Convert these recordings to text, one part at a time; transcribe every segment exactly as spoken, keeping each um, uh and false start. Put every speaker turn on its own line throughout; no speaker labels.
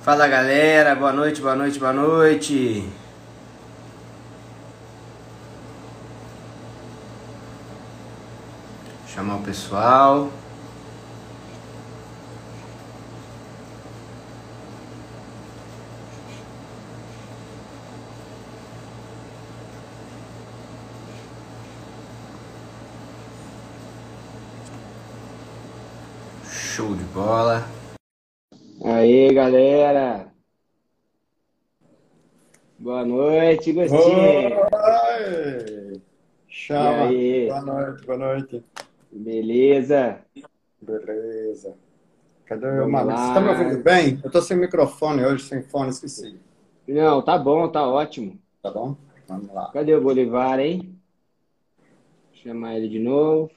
Fala galera, boa noite, boa noite, boa noite. Chamar o pessoal. Show de bola.
Aí, galera. Boa noite, Gostinho.
Oi!
E
Chama.
aí?
Boa noite, boa noite.
Beleza?
Beleza. Cadê o meu
Vamos
marido? Você está me
lá.
ouvindo bem? Eu estou sem microfone hoje, sem fone, esqueci.
Não, tá bom, tá ótimo.
Tá bom? Vamos lá.
Cadê o Bolivar, hein? Vou chamar ele de novo.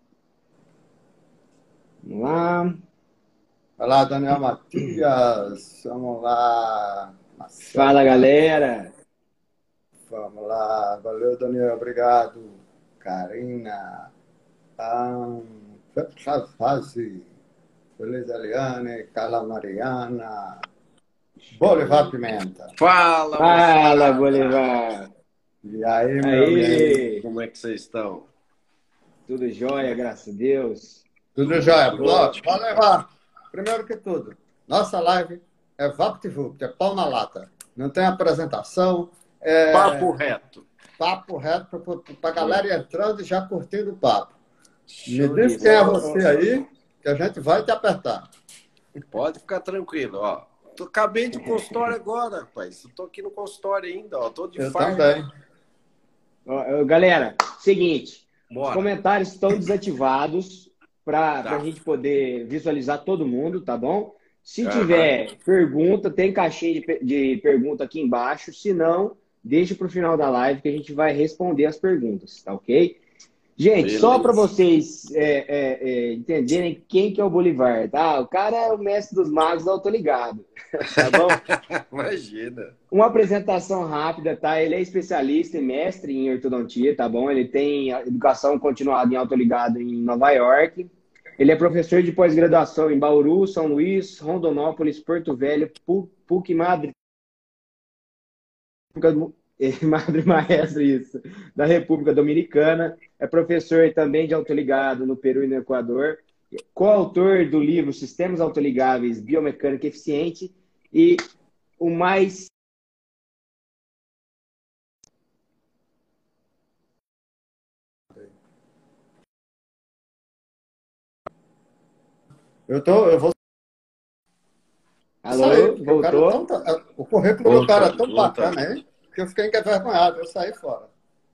Vamos lá.
Vai lá, Daniel Matias. Vamos lá. Marcelo
Fala,
Castro.
galera.
Vamos lá. Valeu, Daniel. Obrigado. Karina. Ah, Fase. Beleza, Eliane. Carla Mariana. Bolivar Pimenta.
Fala,
Fala,
moçada!
Bolivar.
E aí, meu amigo?
Aí.
Como é que vocês estão?
Tudo jóia, graças a Deus.
Tudo jóia?
Tudo
Ó,
ótimo.
Pode levar. Primeiro que tudo, nossa live é VaptVupt, é pau na lata. Não tem apresentação, é
Papo reto.
papo reto para a galera ir entrando e já curtindo o papo. Me
Show de
diz quem é
bola.
você aí, que a gente vai te apertar.
Pode ficar tranquilo, ó. Tô, acabei de consultório agora, rapaz. Eu tô aqui no consultório ainda, ó. Tô de
Eu
farda.
também.
Ó, ó, galera, seguinte. Os
Bora.
comentários estão desativados para
Tá.
a gente poder visualizar todo mundo, tá bom? Se
Aham.
tiver pergunta, tem caixinha de, pe- de pergunta aqui embaixo. Se não, deixa para o final da live que a gente vai responder as perguntas, tá ok? Gente,
Beleza.
só para vocês é, é, é, entenderem quem que é o Bolivar, tá? O cara é o mestre dos magos da Autoligado, tá bom?
Imagina.
Uma apresentação rápida, tá? Ele é especialista e mestre em ortodontia, tá bom? Ele tem a educação continuada em autoligado em Nova York. Ele é professor de pós-graduação em Bauru, São Luís, Rondonópolis, Porto Velho, Pu- PUC Madre, Madre Maestra, isso, da República Dominicana. É professor também de autoligado no Peru e no Equador. Coautor do livro Sistemas Autoligáveis, Biomecânica Eficiente. E o mais
Eu, tô, eu vou
Alô,
sair, porque o cara é
voltou?
tão, o currículo do cara é tão
Voltando, voltando.
bacana aí, que eu fiquei envergonhado. Eu saí fora.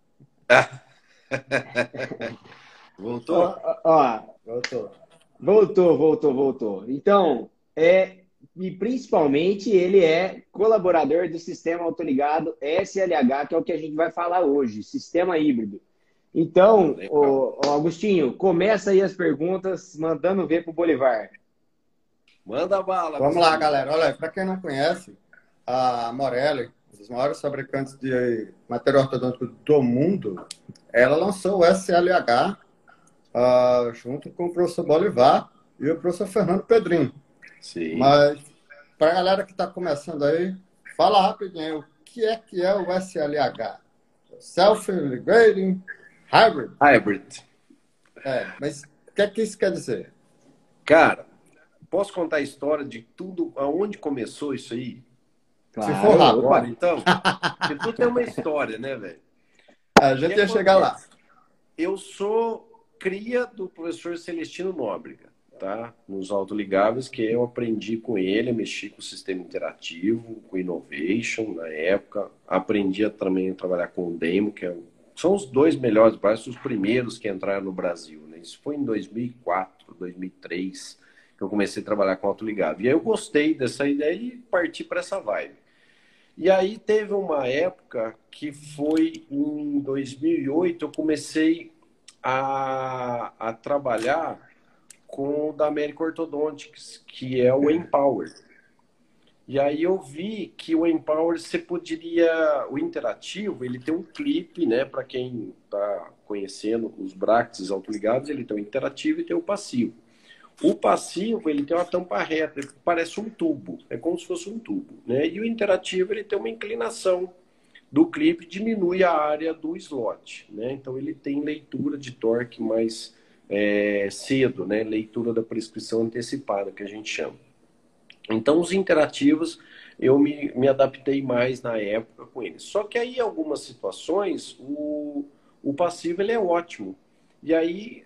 Voltou?
Ó, ó,
Voltou.
voltou, voltou, voltou. Então, é, e principalmente ele é colaborador do sistema autoligado S L H, que é o que a gente vai falar hoje, sistema híbrido. Então,
Legal.
ô, ô, Agostinho, começa aí as perguntas, mandando ver pro Bolivar.
Manda bala,
Vamos lá,
Agostinho.
galera. Olha, para quem não conhece, a Morelli, um dos maiores fabricantes de material ortodôntico do mundo, ela lançou o S L H ah, junto com o professor Bolivar e o professor Fernando Pedrinho.
Sim.
Mas, para a galera que está começando aí, fala rapidinho, o que é que é o S L H? Self-Ligating Hybrid.
Hybrid.
É, mas o que é que isso quer dizer?
Cara, posso contar a história de tudo, aonde começou isso aí?
Se for rápido.
Bora, então. Porque tudo tem uma história, né, velho?
A gente ia chegar lá.
Eu sou cria do professor Celestino Nóbrega, tá? Nos autoligáveis, que eu aprendi com ele a mexer com o sistema interativo, com Innovation na época. Aprendi a, também a trabalhar com o Demo, que é o... são os dois melhores, parece os primeiros que entraram no Brasil, né? Isso foi em dois mil e quatro, dois mil e três, que eu comecei a trabalhar com autoligável. E aí eu gostei dessa ideia e parti para essa vibe. E aí teve uma época que foi em dois mil e oito, eu comecei a, a trabalhar com o da América Ortodontics, que é o Empower. E aí eu vi que o Empower você poderia, o interativo, ele tem um clipe, né, para quem está conhecendo os brackets autoligados, ele tem o interativo e tem o passivo. O passivo, ele tem uma tampa reta, ele parece um tubo, é como se fosse um tubo, né? E o interativo, ele tem uma inclinação do clipe, diminui a área do slot, né? Então ele tem leitura de torque mais é, cedo, né? Leitura da prescrição antecipada, que a gente chama. Então os interativos, eu me, me adaptei mais na época com eles. Só que aí, em algumas situações, o, o passivo ele é ótimo. E aí,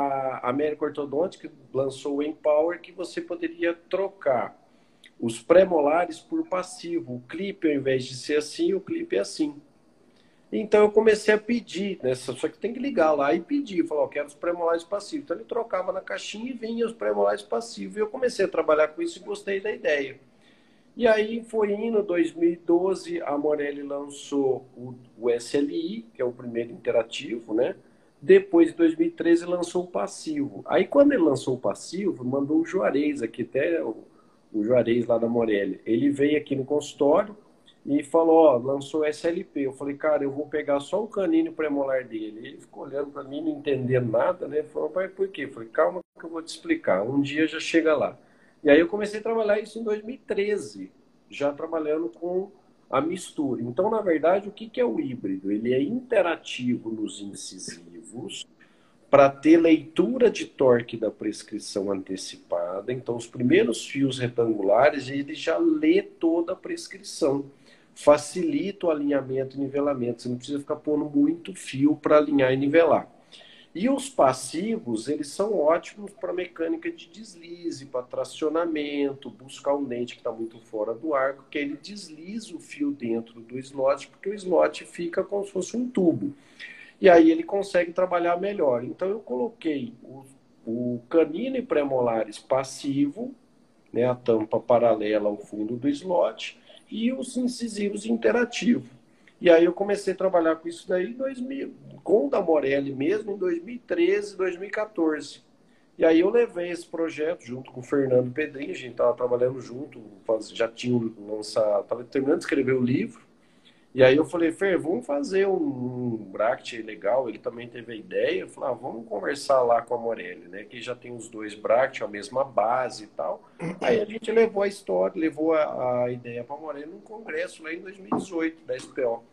a América Ortodôntica lançou o Empower, que você poderia trocar os pré-molares por passivo. O clipe, ao invés de ser assim, o clipe é assim. Então, eu comecei a pedir, né? Só que tem que ligar lá e pedir. Falar, ó, quero os pré-molares passivos. Então, ele trocava na caixinha e vinha os pré-molares passivos. E eu comecei a trabalhar com isso e gostei da ideia. E aí, foi indo, dois mil e doze, a Morelli lançou o, o S L I, que é o primeiro interativo, né? Depois, em dois mil e treze, lançou o passivo. Aí, quando ele lançou o passivo, mandou o Juarez aqui, até o, o Juarez lá da Morelli. Ele veio aqui no consultório e falou, ó, lançou o S L P. Eu falei, cara, eu vou pegar só o canino premolar dele. Ele ficou olhando para mim, não entendendo nada, né? Ele falou, mas por quê? Eu falei, calma que eu vou te explicar. Um dia já chega lá. E aí eu comecei a trabalhar isso em dois mil e treze, já trabalhando com a mistura. Então, na verdade, o que é o híbrido? Ele é interativo nos incisivos para ter leitura de torque da prescrição antecipada. Então, os primeiros fios retangulares, ele já lê toda a prescrição. Facilita o alinhamento e nivelamento. Você não precisa ficar pondo muito fio para alinhar e nivelar. E os passivos, eles são ótimos para mecânica de deslize, para tracionamento, buscar um dente que está muito fora do arco, que ele desliza o fio dentro do slot, porque o slot fica como se fosse um tubo. E aí ele consegue trabalhar melhor. Então eu coloquei o, o canino e premolares passivo, né, a tampa paralela ao fundo do slot, e os incisivos interativo. E aí eu comecei a trabalhar com isso daí em dois mil, com o da Morelli mesmo, em dois mil e treze, dois mil e quatorze. E aí eu levei esse projeto junto com o Fernando Pedrinho, a gente estava trabalhando junto, já tinha lançado, estava terminando de escrever o livro. E aí eu falei, Fer, vamos fazer um, um bracket legal, ele também teve a ideia. Eu falei, ah, vamos conversar lá com a Morelli, né? Que já tem os dois brackets, a mesma base e tal. Aí a gente levou a história, levou a, a ideia para a Morelli num congresso lá em dois mil e dezoito, da S P O.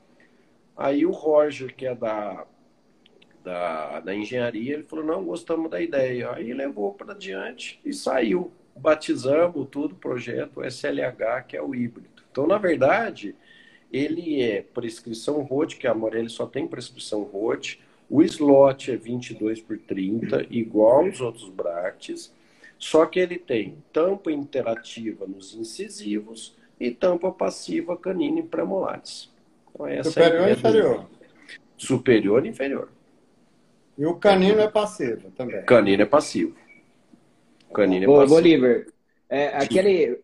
Aí o Roger, que é da, da, da engenharia, ele falou, não, gostamos da ideia. Aí levou para diante e saiu. Batizamos tudo, o projeto S L H, que é o híbrido. Então, na verdade, ele é prescrição R O T, que a Morelli só tem prescrição R O T. O slot é vinte e dois por trinta, igual aos outros brackets. Só que ele tem tampa interativa nos incisivos e tampa passiva canina e premolares. Então, essa
superior
é
e inferior?
Superior e inferior.
E o canino é passivo também?
Canino é passivo. Canino é
Ô,
passivo.
Bolívar, é, aquele...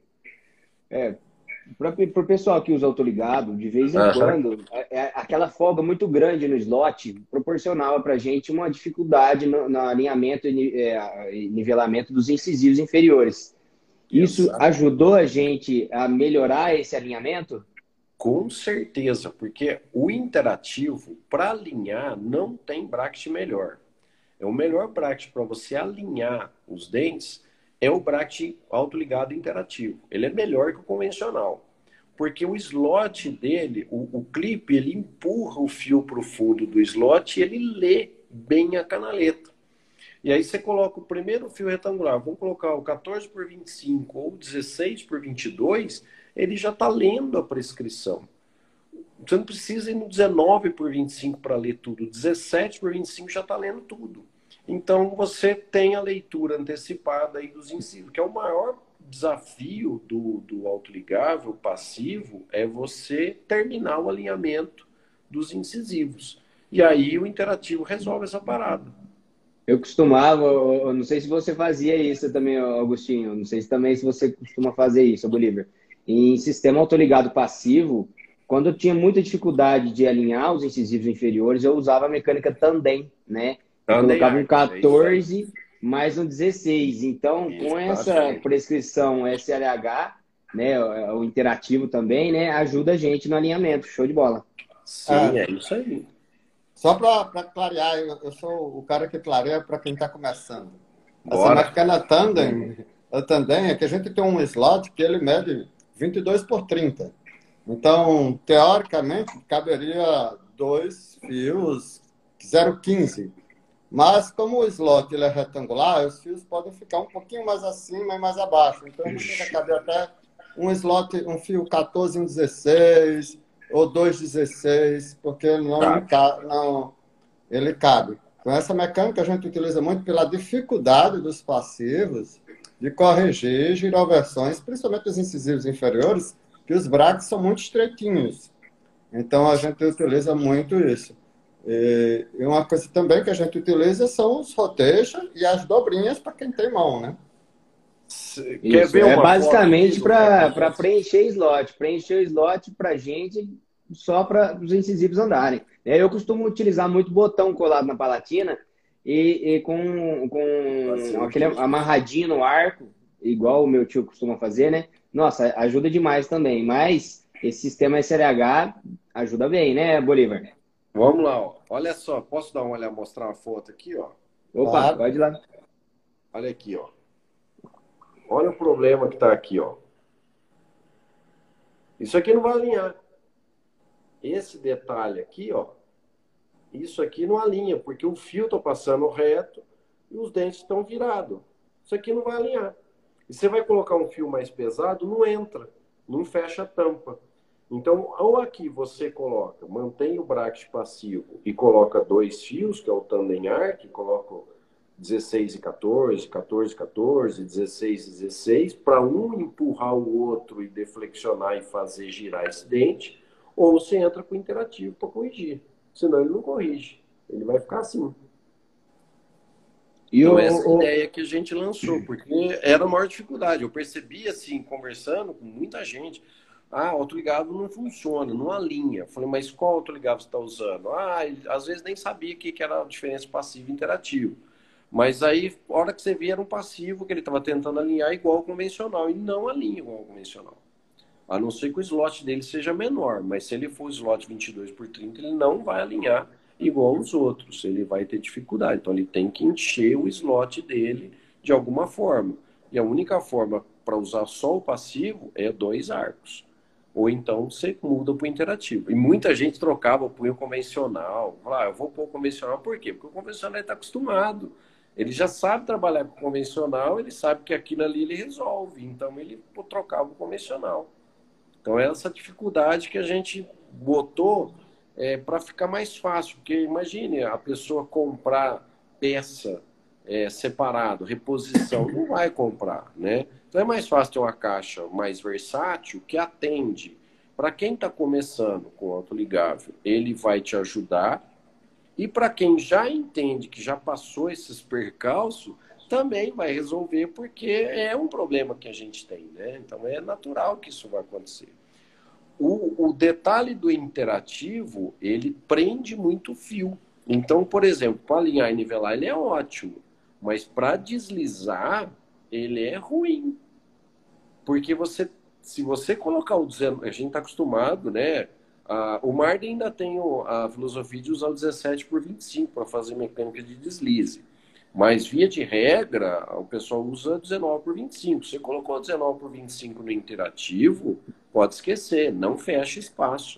É, para o pessoal que usa autoligado, de vez em
Aham.
quando, é, é, aquela folga muito grande no slot proporcionava para a gente uma dificuldade no, no alinhamento e ni- é, e nivelamento dos incisivos inferiores. Isso
Exato.
ajudou a gente a melhorar esse alinhamento?
Com certeza, porque o interativo, para alinhar, não tem bracket melhor. É o melhor bracket para você alinhar os dentes é o bracket autoligado interativo. Ele é melhor que o convencional, porque o slot dele, o, o clipe, ele empurra o fio para o fundo do slot e ele lê bem a canaleta. E aí você coloca o primeiro fio retangular, vamos colocar o quatorze por vinte e cinco ou dezesseis por vinte e dois, ele já está lendo a prescrição. Você não precisa ir no dezenove por vinte e cinco para ler tudo, dezessete por vinte e cinco já está lendo tudo. Então você tem a leitura antecipada aí dos incisivos, que é o maior desafio do, do autoligável passivo, é você terminar o alinhamento dos incisivos. E aí o interativo resolve essa parada.
Eu costumava, eu não sei se você fazia isso também, Augustinho, não sei se também se você costuma fazer isso, Bolívar. Em sistema autoligado passivo, quando eu tinha muita dificuldade de alinhar os incisivos inferiores, eu usava a mecânica tandem, né? Eu
Tandem
colocava um
Arcs, é isso
quatorze mais um dezesseis. Então, com essa
Exatamente.
prescrição S L H, né, o interativo também, né, ajuda a gente no alinhamento. Show de bola.
Sim,
Ah.
é isso aí.
Só para clarear, eu, eu sou o cara que clareia para quem está começando. Essa
Bora.
máquina tandem, a tandem é que a gente tem um slot que ele mede vinte e dois por trinta. Então, teoricamente, caberia dois fios zero vírgula quinze. Mas, como o slot ele é retangular, os fios podem ficar um pouquinho mais acima e mais abaixo. Então, a gente chega a caber até um slot, um fio quatorze, um dezesseis, ou dois dezesseis, porque ele não,
Cabe.
ca- não ele cabe. Então, essa mecânica a gente utiliza muito pela dificuldade dos passivos de corrigir giroversões, principalmente os incisivos inferiores, que os braques são muito estreitinhos. Então, a gente utiliza muito isso. E e uma coisa também que a gente utiliza são os rotation e as dobrinhas para quem tem mão, né?
Cê Quer
Isso,
ver
é
uma
basicamente
foto
para
aqui do-
preencher slot, preencher o slot para gente só para os incisivos andarem. É, eu costumo utilizar muito botão colado na palatina e, e com, com aquele amarradinho no arco, igual o meu tio costuma fazer, né? Nossa, ajuda demais também, mas esse sistema S L H ajuda bem, né, Bolívar?
Vamos lá, ó. Olha só, posso dar uma olhada, mostrar uma foto aqui, ó?
Opa,
Claro.
pode ir lá.
Olha aqui, ó. Olha o problema que tá aqui, ó. Isso aqui não vai alinhar. Esse detalhe aqui, ó. Isso aqui não alinha, porque o fio tá passando reto e os dentes estão virados. Isso aqui não vai alinhar. E você vai colocar um fio mais pesado, não entra, não fecha a tampa. Então, ou aqui você coloca, mantém o bracket passivo e coloca dois fios, que é o tandem arc, coloca dezesseis e quatorze, quatorze e quatorze, dezesseis e dezesseis, para um empurrar o outro e deflexionar e fazer girar esse dente, ou você entra com o interativo para corrigir. Senão ele não corrige. Ele vai ficar assim.
E
Então,
o,
essa é a
o-
ideia que a gente lançou, porque era a maior dificuldade. Eu percebi, assim, conversando com muita gente, ah, autoligado não funciona, não alinha. Eu falei, mas qual autoligado você está usando? Ah, ele, às vezes nem sabia o que, que era a diferença passivo e interativo. Mas aí, a hora que você via, era um passivo que ele estava tentando alinhar igual ao convencional, e não alinha igual ao convencional. A não ser que o slot dele seja menor, mas se ele for slot vinte e dois por trinta, ele não vai alinhar igual os outros, ele vai ter dificuldade. Então ele tem que encher o slot dele de alguma forma. E a única forma para usar só o passivo é dois arcos. Ou então você muda para o interativo. E muita gente trocava para o convencional. Falava, ah, eu vou pôr o convencional, por quê? Porque o convencional está acostumado. Ele já sabe trabalhar com o convencional, ele sabe que aquilo ali ele resolve. Então ele trocava o convencional. Então, é essa dificuldade que a gente botou é, para ficar mais fácil. Porque, imagine, a pessoa comprar peça é, separado, reposição, não vai comprar, né? Então, é mais fácil ter uma caixa mais versátil que atende. Para quem está começando com autoligável, ele vai te ajudar. E para quem já entende, que já passou esses percalços, também vai resolver, porque é um problema que a gente tem, né? Então é natural que isso vai acontecer. O, o detalhe do interativo, ele prende muito fio. Então, por exemplo, para alinhar e nivelar, ele é ótimo. Mas para deslizar, ele é ruim. Porque você, se você colocar o dezenove, a gente está acostumado, né? Ah, o Marden ainda tem a filosofia de usar o dezessete por vinte e cinco para fazer mecânica de deslize. Mas, via de regra, o pessoal usa dezenove por vinte e cinco. Você colocou dezenove por vinte e cinco no interativo, pode esquecer, não fecha espaço.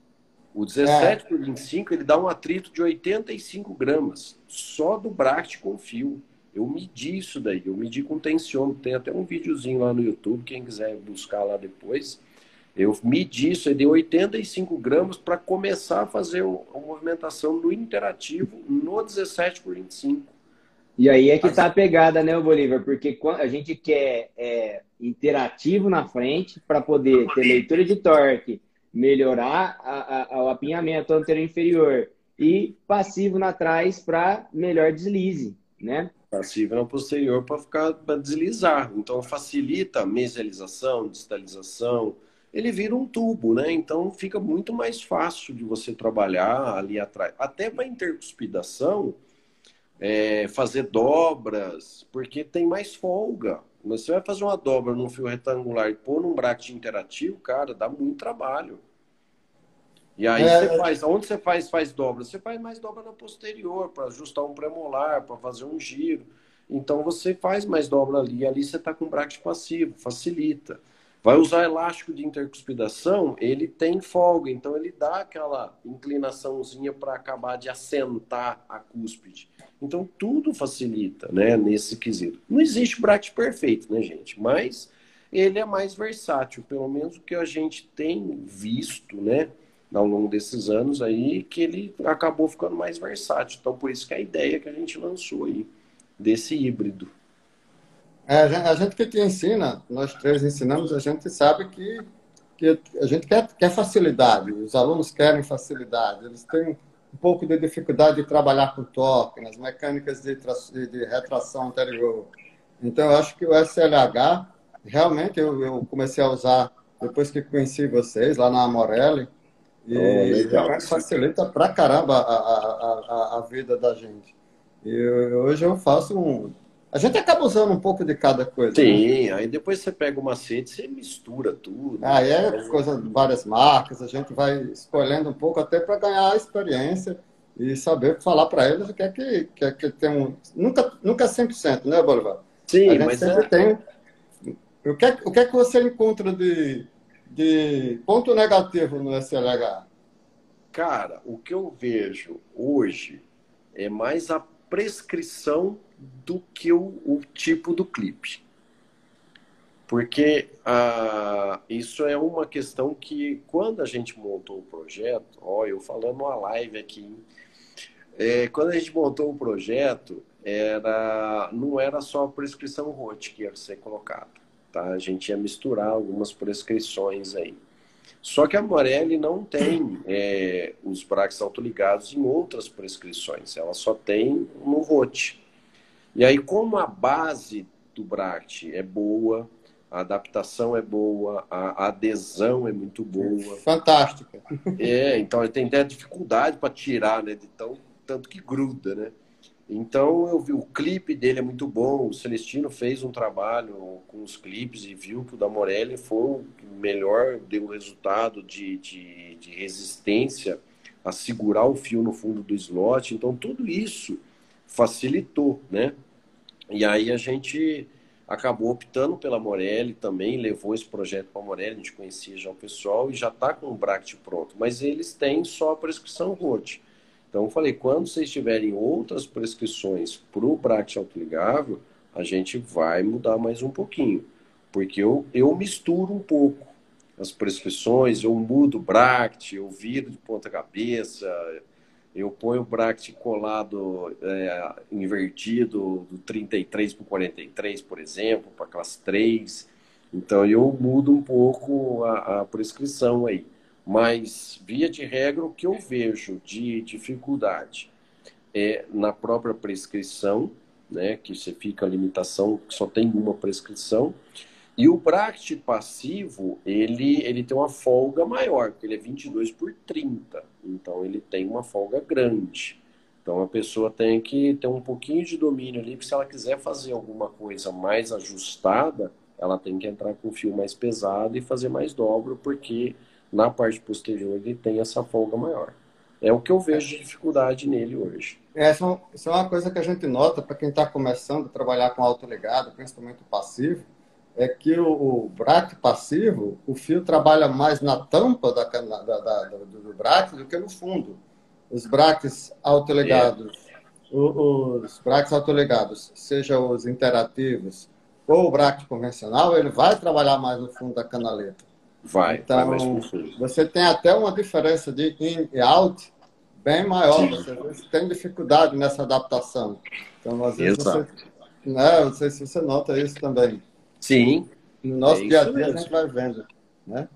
O dezessete por vinte e cinco, ele dá um atrito de oitenta e cinco gramas, só do bracket com fio. Eu medi isso daí, eu medi com tensiômetro. Tem até um videozinho lá no YouTube, quem quiser buscar lá depois. Eu medi isso, ele deu oitenta e cinco gramas para começar a fazer a movimentação no interativo no dezessete por vinte e cinco.
E aí é que tá a pegada, né, Bolívar? Porque a gente quer é, interativo na frente para poder ter leitura de torque, melhorar a, a, o apinhamento anterior e inferior e passivo na trás para melhor deslize, né?
Passivo no posterior para ficar para deslizar. Então facilita a mesialização, distalização. Ele vira um tubo, né? Então fica muito mais fácil de você trabalhar ali atrás. Até para intercuspidação, é, fazer dobras, porque tem mais folga. Mas você vai fazer uma dobra num fio retangular e pôr num bracket interativo, cara, dá muito trabalho. E aí é, você faz, onde você faz, faz dobra? Você faz mais dobra na posterior, para ajustar um premolar, para fazer um giro. Então você faz mais dobra ali, ali você está com bract passivo, facilita. Vai usar elástico de intercuspidação, ele tem folga, então ele dá aquela inclinaçãozinha para acabar de assentar a cúspide. Então tudo facilita, né, nesse quesito. Não existe bract perfeito, né, gente? Mas ele é mais versátil, pelo menos o que a gente tem visto, né, ao longo desses anos aí, que ele acabou ficando mais versátil. Então por isso que a ideia que a gente lançou aí, desse híbrido.
É, a gente que te ensina, nós três ensinamos, a gente sabe que, que a gente quer, quer facilidade, os alunos querem facilidade, eles têm um pouco de dificuldade de trabalhar com torque, nas mecânicas de, de retração anterior. Então, eu acho que o S L H, realmente, eu, eu comecei a usar depois que conheci vocês, lá na Amorelli, e oh, realmente facilita pra caramba a, a, a, a vida da gente. E eu, hoje eu faço um... A gente acaba usando um pouco de cada coisa.
Sim,
né?
Aí depois você pega o macete, você mistura tudo.
Aí é coisa de várias marcas, a gente vai escolhendo um pouco até para ganhar a experiência e saber falar para eles o que é que, que, é que tem um... Nunca, nunca é cem por cento, né, Bolivar?
Sim,
a gente
mas
sempre
é...
tem... O que, é, o que é que você encontra de, de ponto negativo no S L H?
Cara, o que eu vejo hoje é mais a prescrição do que o, o tipo do clipe. Porque ah, isso é uma questão que, quando a gente montou o projeto, ó, eu falando uma live aqui, é, quando a gente montou o projeto, era, não era só a prescrição R O T que ia ser colocada, tá? A gente ia misturar algumas prescrições aí. Só que a Morelli não tem é, os braques autoligados em outras prescrições, ela só tem no R O T. E aí, como a base do bract é boa, a adaptação é boa, a adesão é muito boa.
Fantástica.
É, então ele tem até dificuldade para tirar, né? De tão, tanto que gruda, né? Então eu vi, o clipe dele é muito bom, o Celestino fez um trabalho com os clipes e viu que o da Morelli foi o melhor, deu resultado de, de, de resistência a segurar o fio no fundo do slot, então tudo isso facilitou, né? E aí a gente acabou optando pela Morelli também, levou esse projeto para a Morelli, a gente conhecia já o pessoal e já está com o bract pronto, mas eles têm só a prescrição R O T. Então eu falei, quando vocês tiverem outras prescrições para o bract autoligável, a gente vai mudar mais um pouquinho, porque eu, eu misturo um pouco as prescrições, eu mudo o bract, eu viro de ponta cabeça, eu ponho o bract colado, é, invertido, do trinta e três para o quarenta e três, por exemplo, para classe três. Então, eu mudo um pouco a, a prescrição aí. Mas, via de regra, o que eu vejo de dificuldade é na própria prescrição, né, que você fica a limitação, que só tem uma prescrição. E o bract passivo, ele, ele tem uma folga maior, porque ele é vinte e dois por trinta. Então, ele tem uma folga grande. Então, a pessoa tem que ter um pouquinho de domínio ali, porque se ela quiser fazer alguma coisa mais ajustada, ela tem que entrar com o fio mais pesado e fazer mais dobro, porque na parte posterior ele tem essa folga maior. É o que eu vejo de dificuldade nele hoje.
Essa, isso é uma coisa que a gente nota para quem está começando a trabalhar com autoligado, principalmente o passivo, é que o, o bract passivo, o fio trabalha mais na tampa da, da, da, do, do bract do que no fundo. Os bracts autoligados, é. os bracts autoligados, seja os interativos ou o bract convencional, ele vai trabalhar mais no fundo da canaleta.
Vai,
então,
vai mais no fundo.
Você tem até uma diferença de in e out bem maior. Você, você tem dificuldade nessa adaptação. Então, às vezes, você, né, não sei se você nota isso também.
Sim.
No nosso
é
dia a dia, a gente vai vendo. Né?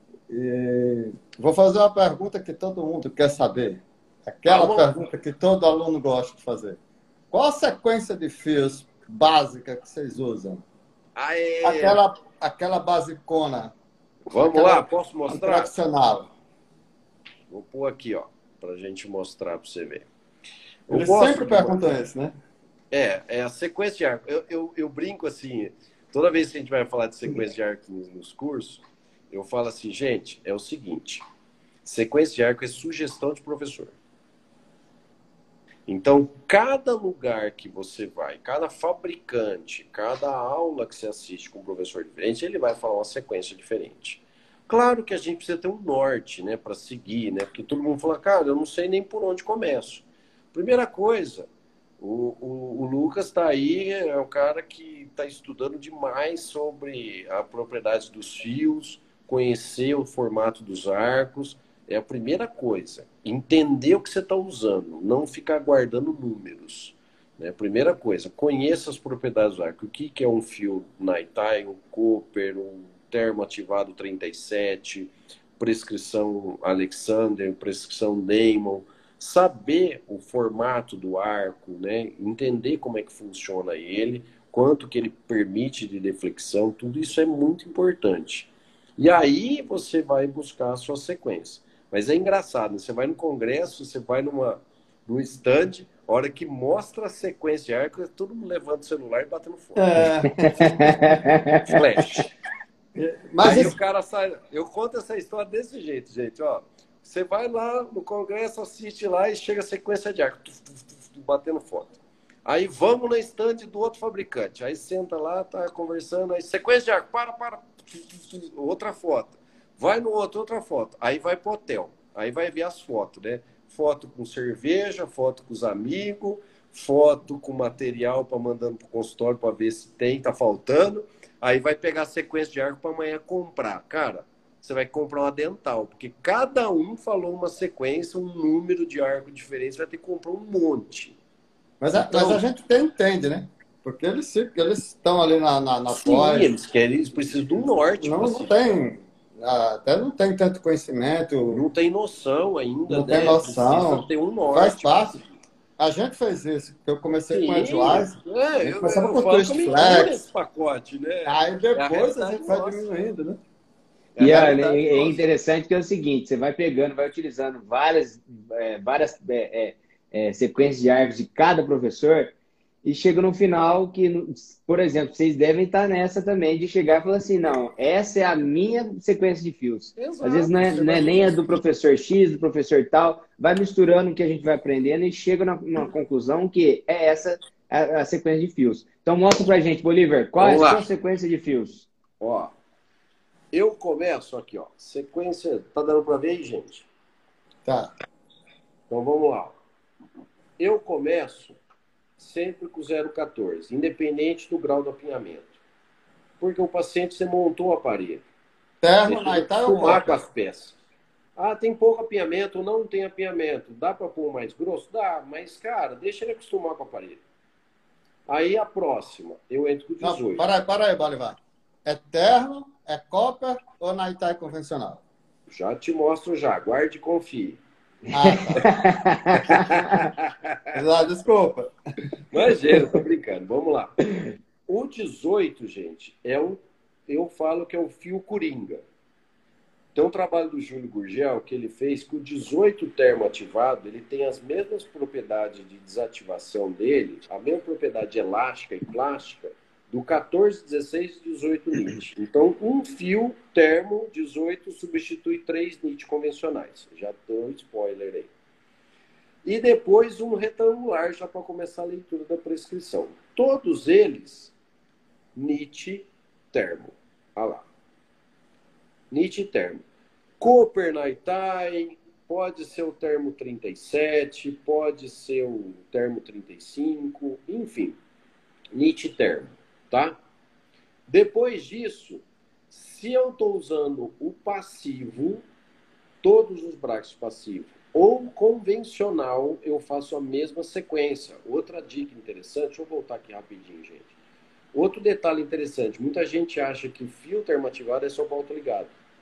E vou fazer uma pergunta que todo mundo quer saber. Aquela ah, pergunta que todo aluno gosta de fazer. Qual a sequência de fios básica que vocês usam?
Aê.
Aquela, aquela basicona.
Vamos aquela lá, posso mostrar?
Tradicional.
Vou pôr aqui, ó, para a gente mostrar para você ver. Eu
Eles sempre perguntam isso, né?
É, é a sequência de arco. Eu, eu, eu brinco assim, toda vez que a gente vai falar de sequência de arco nos, nos cursos, eu falo assim, gente, é o seguinte, sequência de arco é sugestão de professor. Então, cada lugar que você vai, cada fabricante, cada aula que você assiste com um professor diferente, ele vai falar uma sequência diferente. Claro que a gente precisa ter um norte, né, para seguir, né? Porque todo mundo fala, cara, eu não sei nem por onde começo. Primeira coisa, o, o, o Lucas está aí, é o cara que está estudando demais sobre a propriedade dos fios, conhecer o formato dos arcos. É a primeira coisa. Entender o que você está usando, não ficar guardando números. Né? Primeira coisa, conheça as propriedades do arco. O que, que é um fio Naitai, um Cooper, um termoativado trinta e sete, prescrição Alexander, prescrição Damon. Saber o formato do arco, né? Entender como é que funciona ele, quanto que ele permite de deflexão, tudo isso é muito importante. E aí você vai buscar a sua sequência. Mas é engraçado, né? Você vai no congresso, você vai numa, num stand, a hora que mostra a sequência de arco, todo mundo levanta o celular e batendo foto.
É.
Flash.
Mas
aí
esse...
o cara sai... Eu conto essa história desse jeito, gente. Ó, você vai lá no congresso, assiste lá e chega a sequência de arco, tuf, tuf, tuf, tuf, batendo foto. Aí vamos na stand do outro fabricante. Aí senta lá, tá conversando, aí sequência de arco, para, para, tuf, tuf, tuf, outra foto. Vai no outro, outra foto. Aí vai pro hotel. Aí vai ver as fotos, né? Foto com cerveja, foto com os amigos, foto com material para mandando pro consultório para ver se tem, tá faltando. Aí vai pegar a sequência de arco para amanhã comprar. Cara, você vai comprar uma dental, porque cada um falou uma sequência, um número de arco diferente, você vai ter que comprar um monte.
Mas a,
Então,
mas a gente até entende, né? Porque eles eles estão ali na, na, na
sim,
pós.
eles querem, eles precisam do norte.
Não, não tem, até não tem tanto conhecimento.
Não tem noção ainda,
Não
né?
tem noção.
Precisa ter um norte.
Faz parte. A gente fez isso. Eu comecei
Sim,
com a Edwise.
é, eu,
começava
eu
com
falo
twist
que eu me
flex.
incluo nesse pacote, né?
Aí depois
É a
a gente vai
nossa.
diminuindo, né?
É a
E olha,
realidade
é é
nossa.
interessante que é o seguinte, você vai pegando, vai utilizando várias, é, várias é, é, é, sequências de arcos de cada professor e chega no final que, por exemplo, vocês devem estar nessa também de chegar e falar assim, não, essa é a minha sequência de fios.
Exato,
Às vezes não é,
você
não é
vai
nem a
fazer
do professor X, do professor tal, vai misturando o que a gente vai aprendendo e chega na, numa conclusão que é essa a, a sequência de fios. Então mostra pra gente, Bolívar, qual é a
Vamos lá.
sua sequência de fios?
Ó, eu começo aqui, ó. Sequência, tá dando para ver aí, gente?
Tá.
Então vamos lá. Eu começo sempre com zero vírgula quatorze, independente do grau do apinhamento. Porque o paciente, você montou o aparelho.
Termo,
Deixa eu
Naitai ou
acostumar com
Cooper?
as peças. Ah, tem pouco apinhamento, não tem apinhamento. Dá para pôr mais grosso? Dá, mas, cara, deixa ele acostumar com o aparelho. Aí a próxima, eu entro com
Não,
dezoito.
para aí, para aí, Bolivar. É termo, é Cooper ou Naitai convencional?
Já te mostro já, guarde e confie.
Ah, tá. Desculpa.
Imagina, tô brincando. Vamos lá. O dezoito, gente, é o, eu falo que é o fio coringa. Tem um trabalho do Júlio Gurgel que ele fez que o dezoito termoativado, ele tem as mesmas propriedades de desativação dele, a mesma propriedade elástica e plástica do quatorze, dezesseis e dezoito nit. Então, um fio termo dezoito substitui três nit convencionais. Já dou spoiler aí. E depois um retangular, já para começar a leitura da prescrição. Todos eles, nit termo. Olha lá. Nit termo. Cooper Naitai, pode ser o termo trinta e sete, pode ser o termo trinta e cinco, enfim. Nit termo, tá? Depois disso, se eu estou usando o passivo, todos os braços passivos, ou convencional, eu faço a mesma sequência. Outra dica interessante, deixa eu voltar aqui rapidinho, gente. Outro detalhe interessante, muita gente acha que fio termoativado é só para autoligado.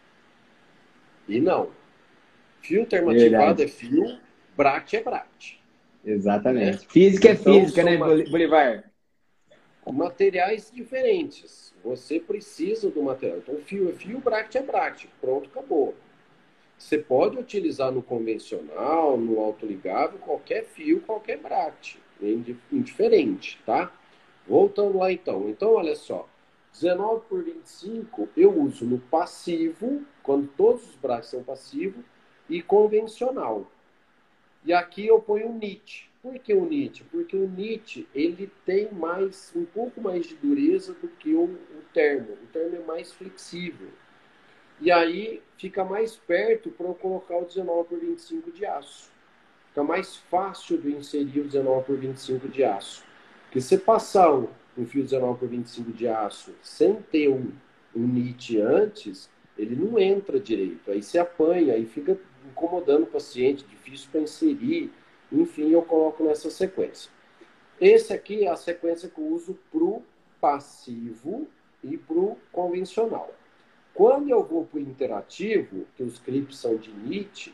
E não. Fio termoativado é fio, bract é bract.
Exatamente.
Né?
Física
Então,
é física, né,
ma
Bolivar?
materiais diferentes. Você precisa do material. Então, fio é fio, bract é bract. Pronto, acabou. Você pode utilizar no convencional, no autoligável, qualquer fio, qualquer bract. Indiferente, tá? Voltando lá, então. Então, olha só. dezenove por vinte e cinco eu uso no passivo, quando todos os braços são passivos, e convencional. E aqui eu ponho nit. Por que o nit? Porque o nit ele tem mais, um pouco mais de dureza do que o, o termo. O termo é mais flexível. E aí fica mais perto para eu colocar o dezenove por vinte e cinco de aço. Fica mais fácil de inserir o dezenove por vinte e cinco de aço. Porque se passar um, um fio dezenove por vinte e cinco de aço sem ter um, um nit antes, ele não entra direito. Aí você apanha, aí fica incomodando o paciente, difícil para inserir. Enfim, eu coloco nessa sequência. Esse aqui é a sequência que eu uso para o passivo e para o convencional. Quando eu vou para o interativo, que os clipes são de nit,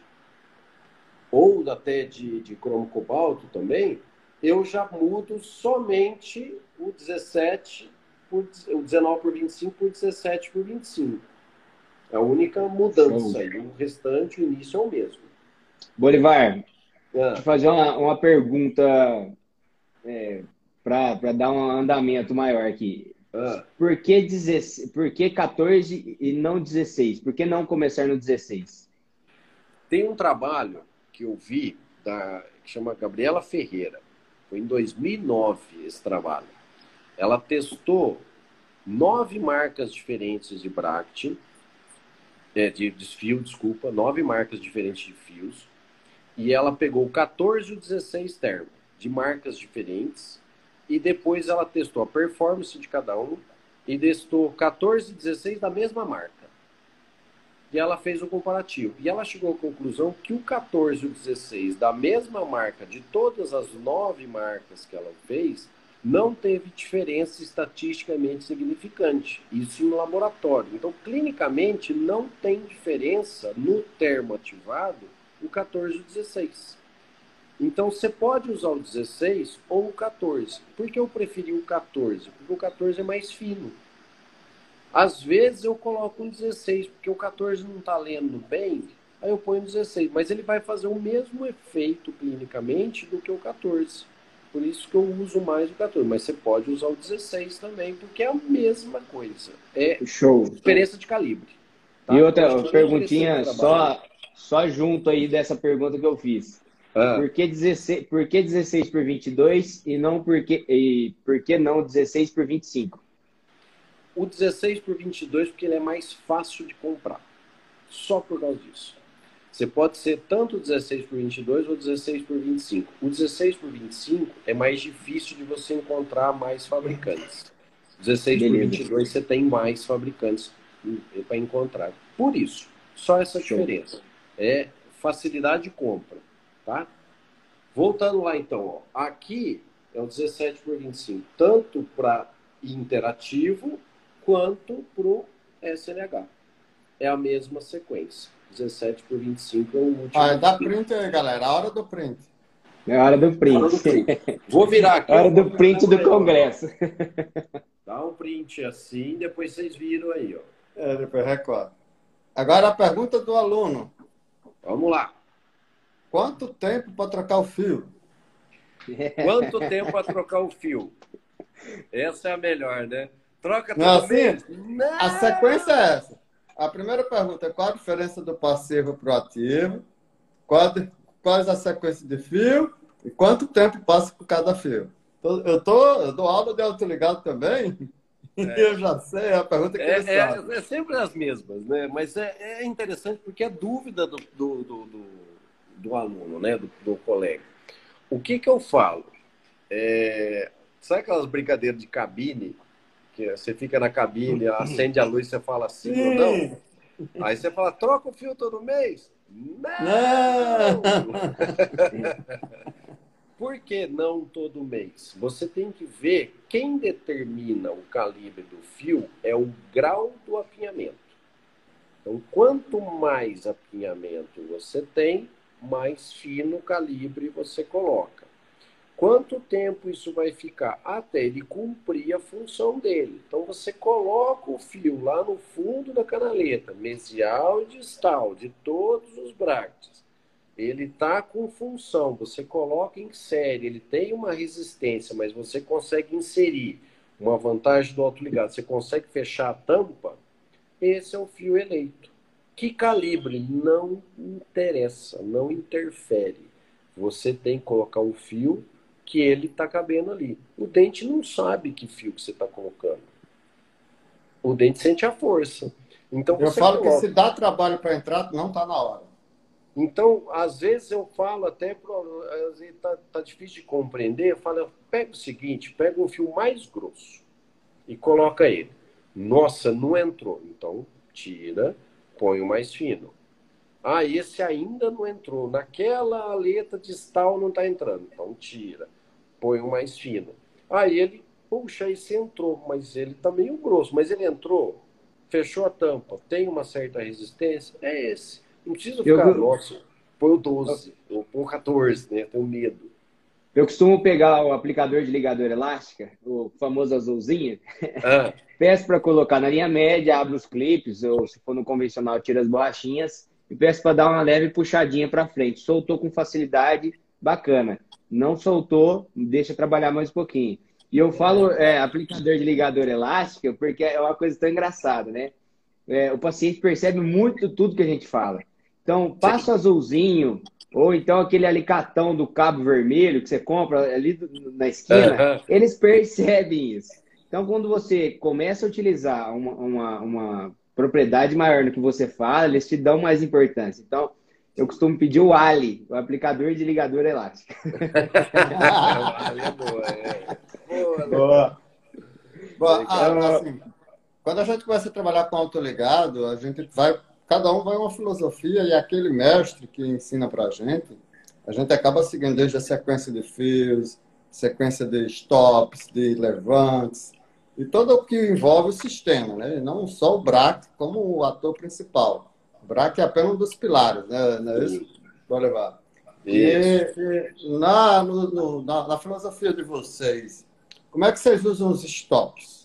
ou até de, de cromo cobalto também, eu já mudo somente o dezessete por, o dezenove por vinte e cinco por dezessete por vinte e cinco. É a única mudança aí. O restante, o início é o mesmo.
Bolivar,
Ah.
deixa eu fazer uma, uma pergunta é, para dar um andamento maior aqui.
Ah.
Por que, dezesseis, por que quatorze e não dezesseis? Por que não começar no dezesseis?
Tem um trabalho que eu vi, da, que chama Gabriela Ferreira. Foi em dois mil e nove esse trabalho. Ela testou nove marcas diferentes de bract, é, de, de fio, desculpa, nove marcas diferentes de fios, e ela pegou quatorze e dezesseis termos, de marcas diferentes, e depois ela testou a performance de cada um, e testou quatorze e dezesseis da mesma marca. E ela fez o comparativo. E ela chegou à conclusão que o quatorze e o dezesseis da mesma marca, de todas as nove marcas que ela fez, não teve diferença estatisticamente significante. Isso em laboratório. Então, clinicamente, não tem diferença no termo ativado o quatorze e o dezesseis. Então, você pode usar o dezesseis ou o quatorze. Por que eu preferi o quatorze? Porque o quatorze é mais fino. Às vezes eu coloco um dezesseis, porque o quatorze não está lendo bem, aí eu ponho um dezesseis. Mas ele vai fazer o mesmo efeito clinicamente do que o quatorze. Por isso que eu uso mais o quatorze. Mas você pode usar o dezesseis também, porque é a mesma coisa. É
Show.
diferença de calibre. Tá?
E outra
Então,
perguntinha, só, só junto aí dessa pergunta que eu fiz.
Ah.
Por que dezesseis, por que dezesseis por vinte e dois e não por que, e por que não dezesseis por vinte e cinco?
O dezesseis por vinte e dois, porque ele é mais fácil de comprar. Só por causa disso. Você pode ser tanto dezesseis por vinte e dois ou dezesseis por vinte e cinco. O dezesseis por vinte e cinco é mais difícil de você encontrar mais fabricantes. dezesseis por vinte e dois você tem mais fabricantes para encontrar. Por isso, só essa diferença. É facilidade de compra. Tá? Voltando lá então. Ó. Aqui é o dezessete por vinte e cinco. Tanto para interativo quanto para o S L H. É a mesma sequência. dezessete por vinte e cinco é o último.
Ah, dá print aí, galera. A hora do print.
É a hora do print.
Hora do print. Vou virar aqui.
A hora do print do congresso.
Dá um print assim, depois vocês viram aí. Ó.
É, depois recorda. Agora a pergunta do aluno.
Vamos lá.
Quanto tempo para trocar o fio?
Quanto tempo para trocar o fio? Essa é a melhor, né? Troca
Não,
todo
assim,
mês? Não.
A sequência é essa. A primeira pergunta é qual a diferença do passivo para o ativo? Qual, quais a sequência de fio? E quanto tempo passa por cada fio? Eu, tô, eu dou aula de autoligado também. É. E eu já sei a pergunta que
é,
ele sabe.
É, é sempre as mesmas, né? Mas é, é interessante porque é dúvida do, do, do, do, do aluno, né? Do, do colega. O que que eu falo? É, sabe aquelas brincadeiras de cabine? Que você fica na cabine, acende a luz, você fala sim, sim ou não? Aí você fala, troca o fio todo mês? Não! não. Por que não todo mês? Você tem que ver quem determina o calibre do fio é o grau do apinhamento. Então, quanto mais apinhamento você tem, mais fino o calibre você coloca. Quanto tempo isso vai ficar? Até ele cumprir a função dele. Então, você coloca o fio lá no fundo da canaleta, mesial e distal, de todos os bractes. Ele está com função, você coloca em série, ele tem uma resistência, mas você consegue inserir uma vantagem do autoligado, você consegue fechar a tampa, esse é o fio eleito. Que calibre? Não interessa, não interfere. você tem que colocar um fio que ele está cabendo ali. O dente não sabe que fio que você está colocando. O dente sente a força. Então,
Eu
você
falo
coloca.
que se dá trabalho para entrar, não está na hora.
Então, às vezes eu falo até, está tá difícil de compreender, eu falo, pega o seguinte, pega um fio mais grosso e coloca ele. Nossa, não entrou. Então, tira, põe o mais fino. Ah, esse ainda não entrou. Naquela aleta distal não está entrando. Então, tira, põe o mais fino. Aí ele, puxa, esse entrou, mas ele está meio grosso. Mas ele entrou, fechou a tampa, tem uma certa resistência, é esse. Não precisa ficar,
Eu,
nossa, põe o doze, ou põe o quatorze, né? Tenho medo.
eu costumo pegar o aplicador de ligador elástica, o famoso azulzinho,
Ah,
peço para colocar na linha média, abro os clipes, ou se for no convencional, tiro as borrachinhas e peço para dar uma leve puxadinha para frente. Soltou com facilidade, bacana. Não soltou, deixa trabalhar mais um pouquinho. E eu falo é, aplicador de ligador elástica porque é uma coisa tão engraçada, né? É, o paciente percebe muito tudo que a gente fala. Então,
sim.
passo azulzinho, ou então aquele alicatão do cabo vermelho que você compra ali na esquina,
Aham.
eles percebem isso. Então, quando você começa a utilizar uma, uma, uma propriedade maior no que você fala, eles te dão mais importância. Então, eu costumo pedir o A L I, o aplicador de ligador elástico.
É boa, é. Boa, né?
Boa. Boa.
Legal.
Ah, assim, quando a gente começa a trabalhar com autoligado, a gente vai, cada um vai uma filosofia e aquele mestre que ensina para a gente, a gente acaba seguindo desde a sequência de fios, sequência de stops, de levantes, e todo o que envolve o sistema, né? Não só o B R A C como o ator principal. O B R A C é apenas um dos pilares, né? Não é isso? Vou levar. E,
Isso.
e na, no, no, na, na filosofia de vocês, como é que vocês usam os stops?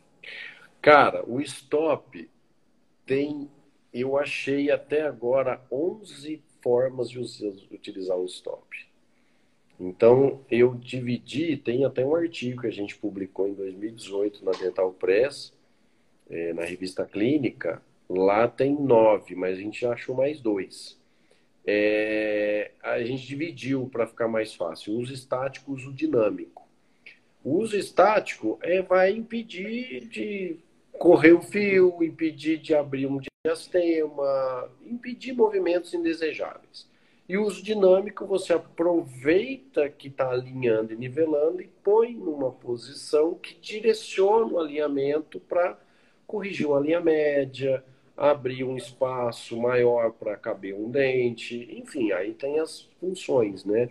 Cara, o stop tem, eu achei até agora onze formas de utilizar o stop. Então, eu dividi, tem até um artigo que a gente publicou em dois mil e dezoito na Dental Press, é, na revista Clínica. Lá tem nove, mas a gente já achou mais dois. É, a gente dividiu para ficar mais fácil. Uso estático, uso dinâmico. O uso estático é, vai impedir de correr o fio, impedir de abrir um diastema, impedir movimentos indesejáveis. E o uso dinâmico, você aproveita que está alinhando e nivelando e põe numa posição que direciona o alinhamento para corrigir uma linha média, abrir um espaço maior para caber um dente, enfim, aí tem as funções, né?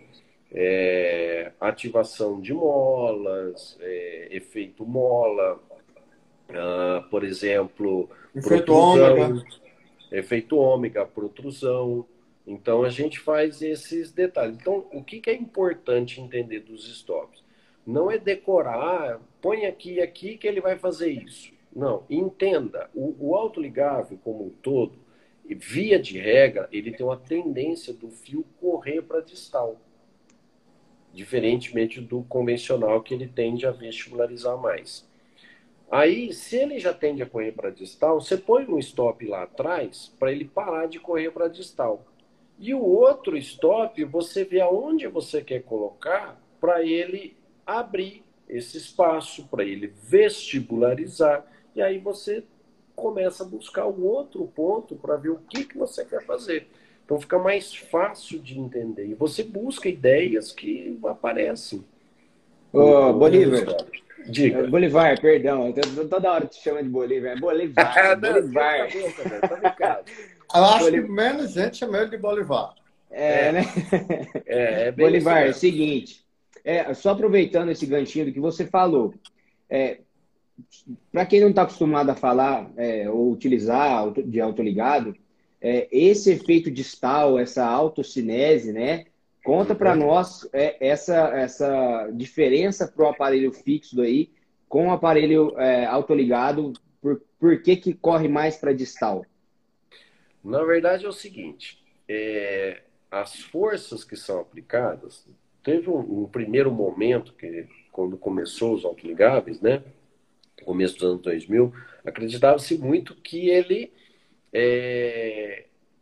É, ativação de molas, é, efeito mola, ah, por exemplo,
Efeito
protrusão,
ômega.
efeito ômega, protrusão. Então, a gente faz esses detalhes. Então, o que, que é importante entender dos stops? Não é decorar, põe aqui e aqui que ele vai fazer isso. Não, entenda, o, o autoligável como um todo, via de regra, ele tem uma tendência do fio correr para distal. Diferentemente do convencional, que ele tende a vestibularizar mais. Aí, se ele já tende a correr para distal, você põe um stop lá atrás para ele parar de correr para distal. E o outro stop, você vê aonde você quer colocar para ele abrir esse espaço, para ele vestibularizar. E aí você começa a buscar o outro ponto para ver o que, que você quer fazer. Então fica mais fácil de entender. E você busca ideias que aparecem.
Ô, Bolívar.
Diga.
Bolivar, perdão. Eu toda hora te chama de Bolívar. É Bolivar.
Não,
Bolivar.
tá brincando.
Eu acho
Bolivar.
que menos gente chama ele de Bolivar.
É,
É.
né?
É, é bem
Bolivar, é o
isso
seguinte. É, só aproveitando esse ganchinho do que você falou. É, para quem não está acostumado a falar é, ou utilizar de autoligado, é, esse efeito distal, essa autocinese, né? Conta para nós é, essa, essa diferença para o aparelho fixo aí com o aparelho é, autoligado, por, por que, que corre mais para distal?
Na verdade é o seguinte, é, as forças que são aplicadas, teve um, um primeiro momento, que quando começou os autoligáveis, né? Começo dos anos dois mil, acreditava-se muito que ele é,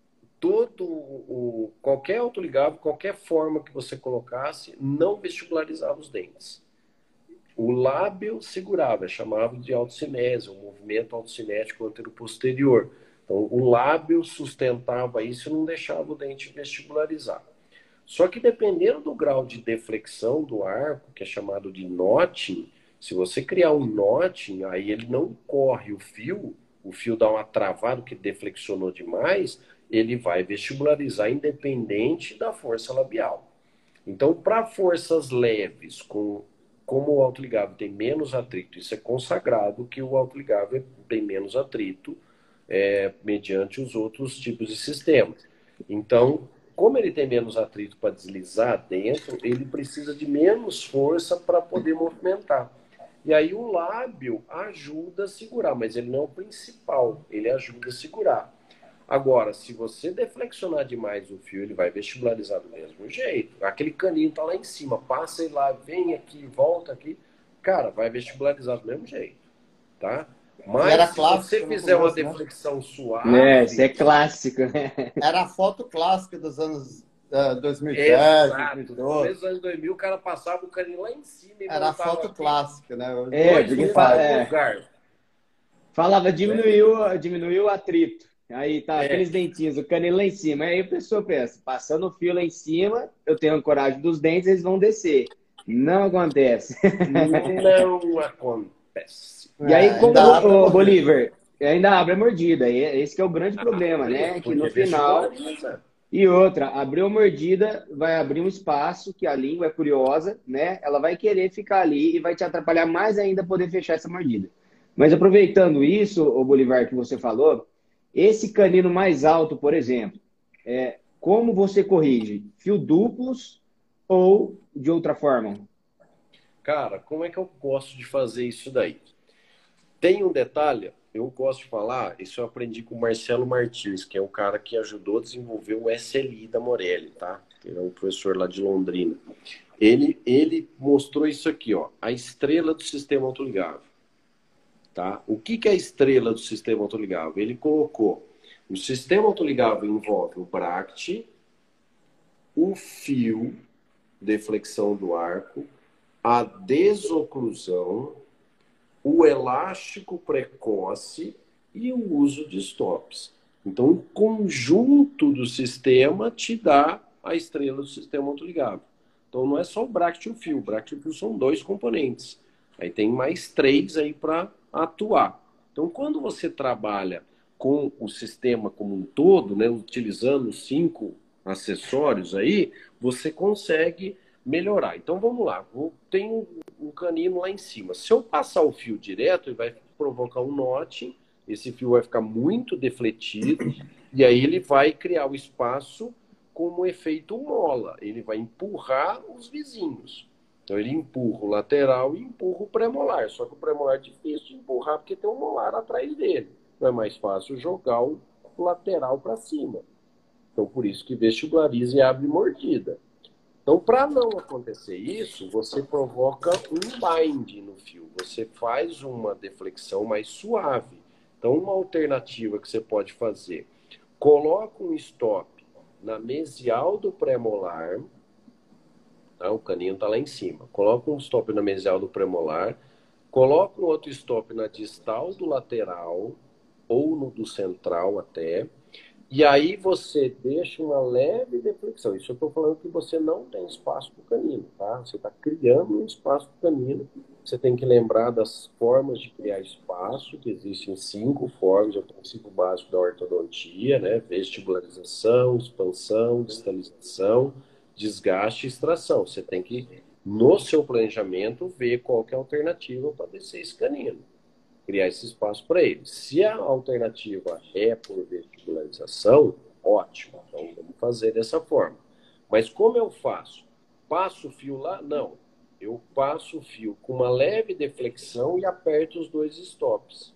todo o, qualquer autoligável, qualquer forma que você colocasse, não vestibularizava os dentes. O lábio segurava, é chamado de autocinese, um movimento autocinético antero-posterior. Então, o lábio sustentava isso e não deixava o dente vestibularizar. Só que dependendo do grau de deflexão do arco, que é chamado de notching, se você criar um notching, aí ele não corre o fio, o fio dá uma travada, que deflexionou demais, ele vai vestibularizar independente da força labial. Então, para forças leves, com, como o autoligável tem menos atrito, isso é consagrado que o autoligável tem menos atrito é, mediante os outros tipos de sistemas. Então, como ele tem menos atrito para deslizar dentro, ele precisa de menos força para poder movimentar. E aí o lábio ajuda a segurar, mas ele não é o principal, ele ajuda a segurar. Agora, se você deflexionar demais o fio, ele vai vestibularizar do mesmo jeito. Aquele caninho tá lá em cima, passa ele lá, vem aqui, volta aqui. Cara, vai vestibularizar do mesmo jeito, tá? Mas
era
se
clássico,
você fizer
começo,
uma
né?
deflexão suave...
É, isso é clássico, né?
Era a foto clássica dos anos uh, dois mil e dez,
Exato.
dois mil e
No
doze.
começo dos anos dois mil, o cara passava o caninho lá em cima e
Era a
voltava
foto
aqui.
clássica, né? Hoje-
É,
Dois
porque
dedos
fala-
no
é.
lugar.
Falava, diminuiu, diminuiu o atrito. Aí tá
É.
aqueles dentinhos, o canino lá em cima. Aí a pessoa pensa, passando o fio lá em cima, eu tenho a coragem dos dentes, eles vão descer. Não acontece.
Não acontece.
E aí,
É,
como
ainda abre a
o
mordida.
Bolívar, ainda abre a mordida. E esse que é o grande problema, né? Que no
Porque
final.
vestibulariza.
E outra, abriu a mordida, vai abrir um espaço que a língua é curiosa, né? Ela vai querer ficar ali e vai te atrapalhar mais ainda poder fechar essa mordida. Mas aproveitando isso, o Bolivar, que você falou, esse canino mais alto, por exemplo, é, como você corrige? Fio duplos ou de outra forma?
Cara, como é que eu gosto de fazer isso daí? Tem um detalhe, eu gosto de falar, isso eu aprendi com o Marcelo Martins, que é um cara que ajudou a desenvolver o S L I da Morelli, tá? Ele é um professor lá de Londrina. Ele, ele mostrou isso aqui, ó, a estrela do sistema autoligável. Tá? O que, que é a estrela do sistema autoligável? Ele colocou, o sistema autoligável envolve o bract, o fio, deflexão do arco, a desoclusão, o elástico precoce e o uso de stops. Então, o conjunto do sistema te dá a estrela do sistema autoligável. Então, não é só o bract e o fio. O bract e o fio são dois componentes. Aí tem mais três aí para atuar. Então, quando você trabalha com o sistema como um todo, né, utilizando os cinco acessórios aí, você consegue melhorar. Então, vamos lá. Vou, tem um, um canino lá em cima. Se eu passar o fio direto, ele vai provocar um notching, esse fio vai ficar muito defletido, e aí ele vai criar o espaço como efeito mola. Ele vai empurrar os vizinhos. Então, ele empurra o lateral e empurra o premolar. Só que o premolar é difícil de empurrar porque tem um molar atrás dele. Então, é mais fácil jogar o lateral para cima. Então, por isso que vestibulariza e abre mordida. Então, para não acontecer isso, você provoca um bind no fio. Você faz uma deflexão mais suave. Então, uma alternativa que você pode fazer, coloca um stop na mesial do premolar. Tá? O caninho está lá em cima. Coloca um stop na mesial do premolar. Coloca um outro stop na distal do lateral, ou no do central até. E aí você deixa uma leve deflexão. Isso eu estou falando que você não tem espaço para o canino, tá? Você está criando um espaço para o canino. Você tem que lembrar das formas de criar espaço, que existem cinco formas, é o princípio básico da ortodontia, né? Vestibularização, expansão, distalização, desgaste e extração. Você tem que, no seu planejamento, ver qual que é a alternativa para descer esse canino. Criar esse espaço para ele. Se a alternativa é por vestibularização, ótimo. Então vamos fazer dessa forma. Mas como eu faço? Passo o fio lá? Não. Eu passo o fio com uma leve deflexão e aperto os dois stops.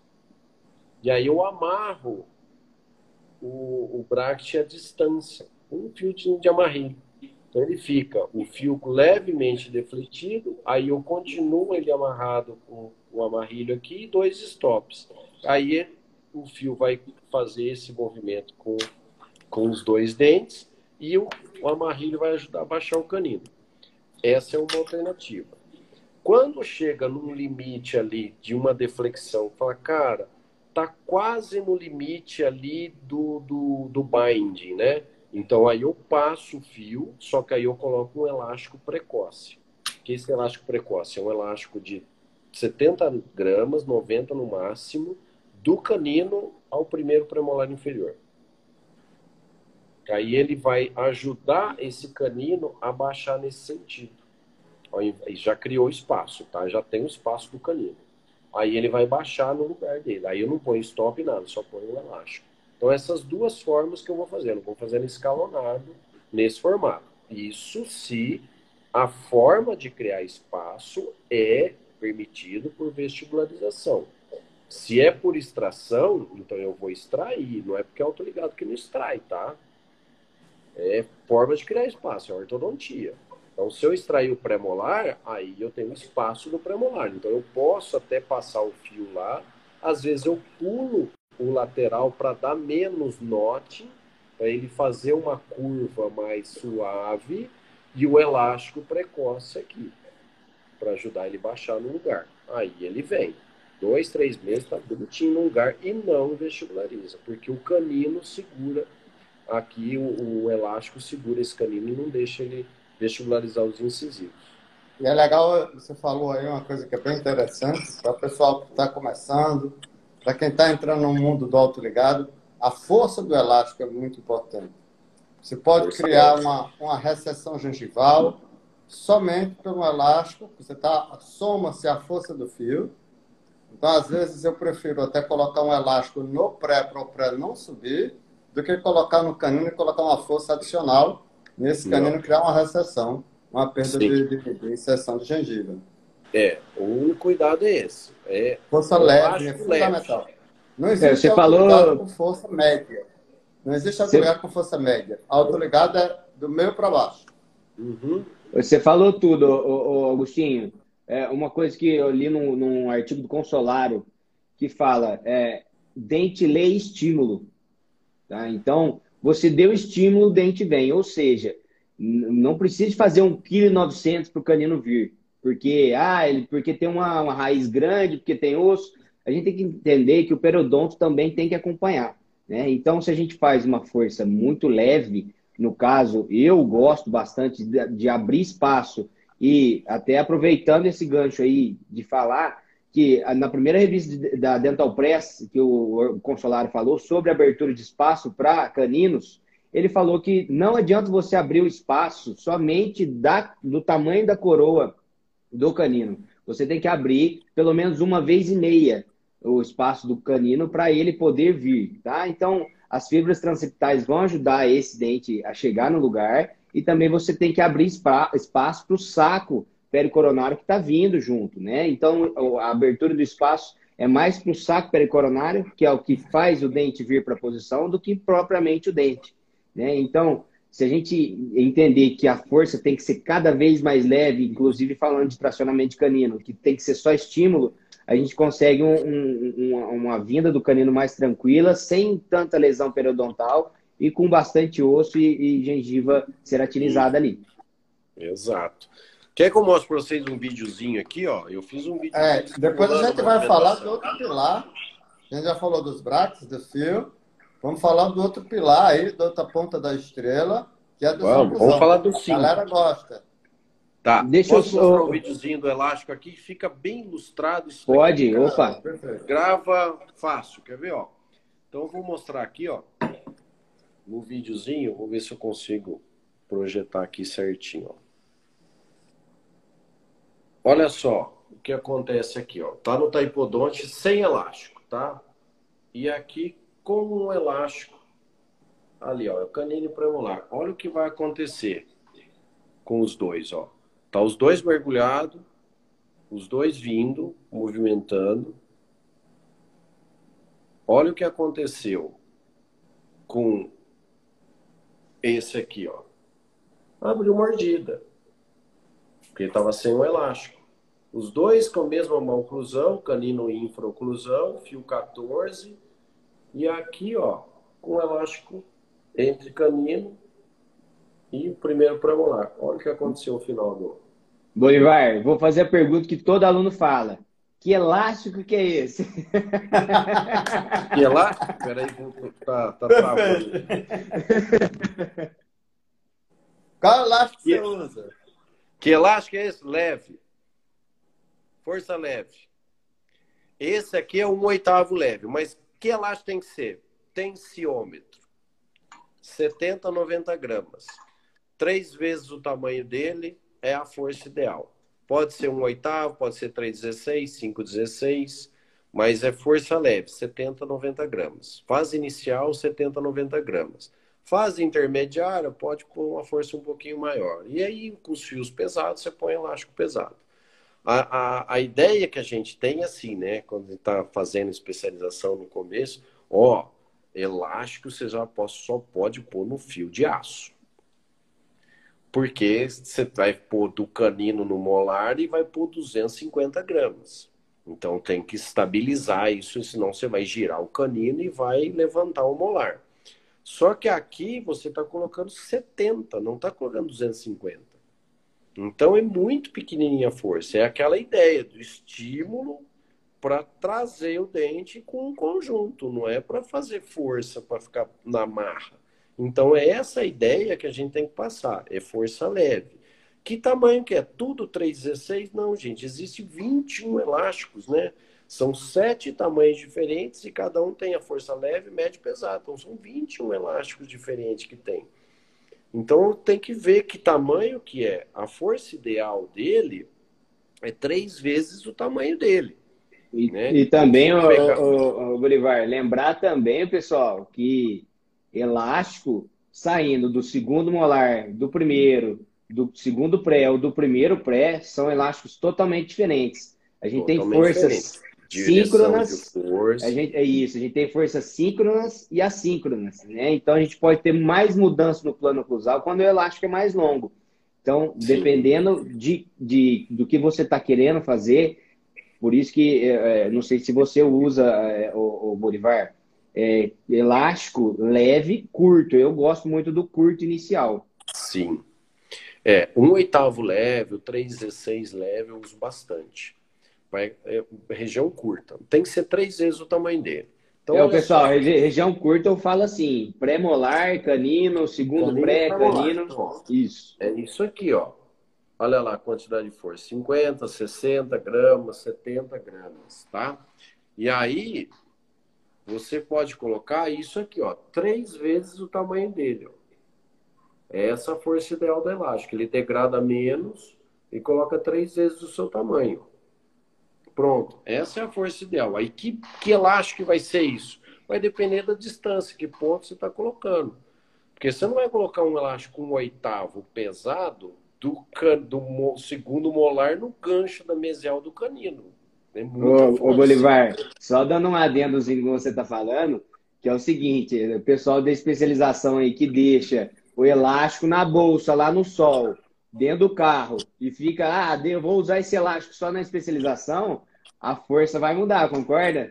E aí eu amarro o, o bract à distância. Um fio de amarrilho. Então ele fica o fio levemente defletido, aí eu continuo ele amarrado com o amarrilho aqui e dois stops. Aí o fio vai fazer esse movimento com, com os dois dentes e o, o amarrilho vai ajudar a baixar o canino. Essa é uma alternativa. Quando chega num limite ali de uma deflexão, fala, cara, tá quase no limite ali do, do, do binding, né? Então aí eu passo o fio, só que aí eu coloco um elástico precoce. Que esse elástico precoce é um elástico de setenta gramas, noventa no máximo, do canino ao primeiro premolar inferior. Aí ele vai ajudar esse canino a baixar nesse sentido. Aí já criou espaço, tá? Já tem o espaço do canino. Aí ele vai baixar no lugar dele. Aí eu não ponho stop nada, só ponho um elástico. Então essas duas formas que eu vou fazer. Eu vou fazendo escalonado nesse formato. Isso se a forma de criar espaço é permitido por vestibularização. Se é por extração, então eu vou extrair. Não é porque é autoligado que não extrai, tá? É forma de criar espaço, é ortodontia. Então, se eu extrair o premolar, aí eu tenho espaço no premolar. Então, eu posso até passar o fio lá. Às vezes, eu pulo o lateral para dar menos note, para ele fazer uma curva mais suave, e o elástico precoce aqui, para ajudar ele a baixar no lugar. Aí ele vem. Dois, três meses, está bonitinho no lugar e não vestibulariza, porque o canino segura aqui, o, o elástico segura esse canino e não deixa ele vestibularizar os incisivos.
E é legal, você falou aí uma coisa que é bem interessante, para o pessoal que está começando, para quem está entrando no mundo do autoligado, a força do elástico é muito importante. Você pode criar uma, uma recessão gengival somente pelo elástico, você tá, soma-se a força do fio. Então, às vezes, eu prefiro até colocar um elástico no pré para o pré não subir, do que colocar no canino e colocar uma força adicional nesse canino, criar uma recessão, uma perda de, de, de inserção de gengiva.
É, o único cuidado é esse. É
força leve, é fundamental. Leve. Não existe
é, você falou
com força média. Não existe autoligado você... com força média. A autoligado é do meio para baixo.
Uhum. Você falou tudo, ô, ô, Agostinho. É uma coisa que eu li num, num artigo do Consolário que fala é, dente lê estímulo. Tá? Então, você deu estímulo, o dente vem. Ou seja, não precisa fazer um vírgula novecentos quilos para o canino vir. Porque, ah, ele, porque tem uma, uma raiz grande, porque tem osso. A gente tem que entender que o periodonto também tem que acompanhar. Né? Então, se a gente faz uma força muito leve, no caso, eu gosto bastante de, de abrir espaço e até aproveitando esse gancho aí de falar que na primeira revista da Dental Press, que o Consolário falou sobre abertura de espaço para caninos, ele falou que não adianta você abrir o espaço somente da, do tamanho da coroa do canino. Você tem que abrir pelo menos uma vez e meia o espaço do canino para ele poder vir, tá? Então, as fibras transeptais vão ajudar esse dente a chegar no lugar e também você tem que abrir espaço para o saco pericoronário que está vindo junto, né? Então, a abertura do espaço é mais para o saco pericoronário, que é o que faz o dente vir para a posição, do que propriamente o dente, né? Então, se a gente entender que a força tem que ser cada vez mais leve, inclusive falando de tracionamento canino, que tem que ser só estímulo, a gente consegue um, um, uma, uma vinda do canino mais tranquila, sem tanta lesão periodontal e com bastante osso e, e gengiva ceratinizada ali.
Exato. Quer que eu mostre para vocês um videozinho aqui, ó? Eu fiz um vídeo.
É, depois a gente vai falar do outro pilar. A gente já falou dos brackets, do fio. Vamos falar do outro pilar aí, da outra ponta da estrela, que é do
Vamos, vamos falar do sim.
A galera gosta.
Tá,
deixa
posso
eu
mostrar
só...
um videozinho do elástico aqui que fica bem ilustrado. Isso
Pode,
daqui,
opa.
Grava fácil, quer ver, ó? Então eu vou mostrar aqui, ó, no videozinho, vou ver se eu consigo projetar aqui certinho, ó. Olha só o que acontece aqui, ó. Tá no taipodonte sem elástico, tá? E aqui com um elástico ali, ó, é o canino premolar. Olha o que vai acontecer com os dois, ó. Tá os dois mergulhados, os dois vindo, movimentando. Olha o que aconteceu com esse aqui, ó. Abriu mordida, porque estava sem o elástico. Os dois com a mesma maloclusão, canino infraoclusão, fio quatorze. E aqui, ó, com o elástico entre canino e o primeiro premolar. Olha o que aconteceu no final do...
Bolivar, vou fazer a pergunta que todo aluno fala. Que elástico que é esse?
Que elástico? Peraí, tá, tá travando.
Qual elástico
Que,
você usa?
que elástico é esse? Leve. Força leve. Esse aqui é um oitavo leve, mas que elástico tem que ser? Tensiômetro. setenta a noventa gramas. Três vezes o tamanho dele é a força ideal. Pode ser um oitavo, pode ser três dezesseis, cinco dezesseis, mas é força leve, setenta a noventa gramas. Fase inicial, setenta a noventa gramas. Fase intermediária, pode pôr uma força um pouquinho maior. E aí, com os fios pesados, você põe elástico pesado. A, a, a ideia que a gente tem é assim, né? Quando a gente está fazendo especialização no começo, ó, elástico você já pode, só pode pôr no fio de aço. Porque você vai pôr do canino no molar e vai pôr duzentos e cinquenta gramas. Então tem que estabilizar isso, senão você vai girar o canino e vai levantar o molar. Só que aqui você está colocando setenta, não está colocando duzentos e cinquenta. Então é muito pequenininha a força. É aquela ideia do estímulo para trazer o dente com um conjunto, não é para fazer força para ficar na marra. Então é essa a ideia que a gente tem que passar, é força leve. Que tamanho que é? Tudo três dezesseis? Não, gente, existe vinte e um elásticos, né? São sete tamanhos diferentes e cada um tem a força leve, média e pesada. Então são vinte e um elásticos diferentes que tem. Então tem que ver que tamanho que é. A força ideal dele é três vezes o tamanho dele.
E,
né?
e também, o,
pegar...
o, o Bolivar, lembrar também, pessoal, que elástico saindo do segundo molar, do primeiro, do segundo pré ou do primeiro pré, são elásticos totalmente diferentes. A gente
Totalmente
tem forças síncronas,
força.
a gente, é isso, a gente tem forças síncronas e assíncronas, né? Então a gente pode ter mais mudança no plano oclusal quando o elástico é mais longo. Então,
Sim.
dependendo de, de, do que você está querendo fazer, por isso que, é, não sei se você usa, é, o, o Bolivar, é, elástico leve, curto. Eu gosto muito do curto inicial.
Sim. É, um oitavo leve, o três dezesseis leve, eu uso bastante. Vai, é, região curta. Tem que ser três vezes o tamanho dele. Então,
É, pessoal,
só.
regi região curta eu falo assim, pré-molar, canino, segundo
Canino
pré, canino.
Então,
Isso.
É isso aqui, ó. Olha lá a quantidade de força. cinquenta, sessenta gramas, setenta gramas, tá? E aí, você pode colocar isso aqui, ó. Três vezes o tamanho dele, ó. É essa a força ideal do elástico. Ele degrada menos e coloca três vezes o seu tamanho. Pronto. Essa é a força ideal. Aí, que, que elástico vai ser isso? Vai depender da distância, que ponto você está colocando. Porque você não vai colocar um elástico um oitavo pesado do, can, do mo, segundo molar no gancho da mesial do canino. É muita
Ô,
força.
ô Bolivar, só dando um adendozinho que você está falando, que é o seguinte, o pessoal da especialização aí que deixa o elástico na bolsa, lá no sol, dentro do carro, e fica, ah, eu vou usar esse elástico só na especialização, a força vai mudar, concorda?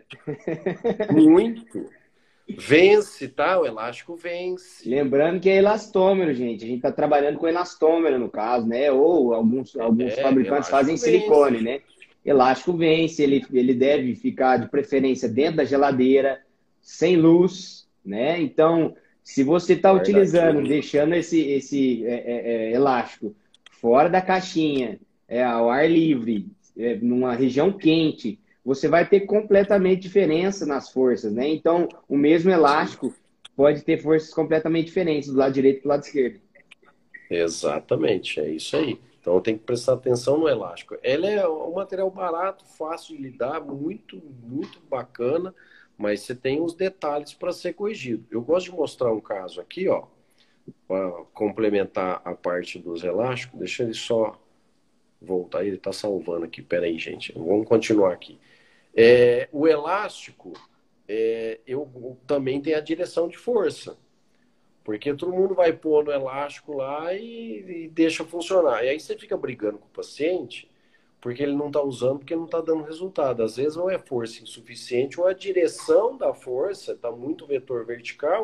Muito. Vence, tá? O elástico vence.
Lembrando que é elastômero, gente. A gente está trabalhando com elastômero, no caso, né? Ou alguns, alguns
É,
fabricantes fazem
vence.
silicone, né? Elástico vence, ele, ele deve ficar de preferência dentro da geladeira, sem luz, né? Então, se você está utilizando, deixando esse, esse é, é, é, elástico fora da caixinha, é, ao ar livre, é, numa região quente, você vai ter completamente diferença nas forças, né? Então, o mesmo elástico pode ter forças completamente diferentes do lado direito e do lado esquerdo.
Exatamente, é isso aí. Então tem que prestar atenção no elástico. Ele é um material barato, fácil de lidar, muito, muito bacana, mas você tem os detalhes para ser corrigido. Eu gosto de mostrar um caso aqui, ó, para complementar a parte dos elásticos. Deixa ele só voltar, ele está salvando aqui. Pera aí, gente. Vamos continuar aqui. É, o elástico, é, eu, eu também tem a direção de força. Porque todo mundo vai pôr no elástico lá e, e deixa funcionar. E aí você fica brigando com o paciente porque ele não está usando, porque não está dando resultado. Às vezes ou é força insuficiente ou a direção da força está muito vetor vertical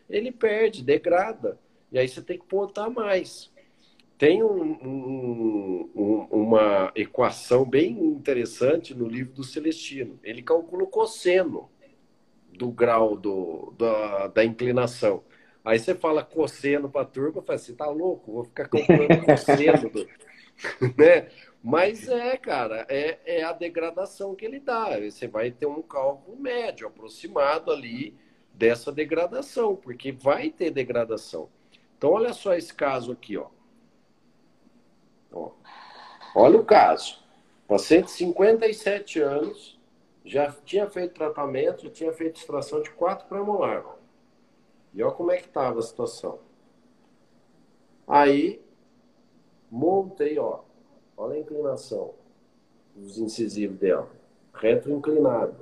ele perde, degrada. E aí você tem que botar mais. Tem um, um, um, uma equação bem interessante no livro do Celestino. Ele calcula o cosseno do grau do, da, da inclinação. Aí você fala cosseno para a turma, fala, você tá louco? Vou ficar calculando cosseno. Do... né? Mas é, cara, é, é a degradação que ele dá. Você vai ter um cálculo médio, aproximado ali dessa degradação, porque vai ter degradação. Então, olha só esse caso aqui, ó. Ó. Olha o caso. Paciente de cinquenta e sete anos, já tinha feito tratamento, já tinha feito extração de quatro premolar. Ó. E olha como é que estava a situação. Aí, montei, ó. Olha a inclinação dos incisivos dela. Retroinclinado.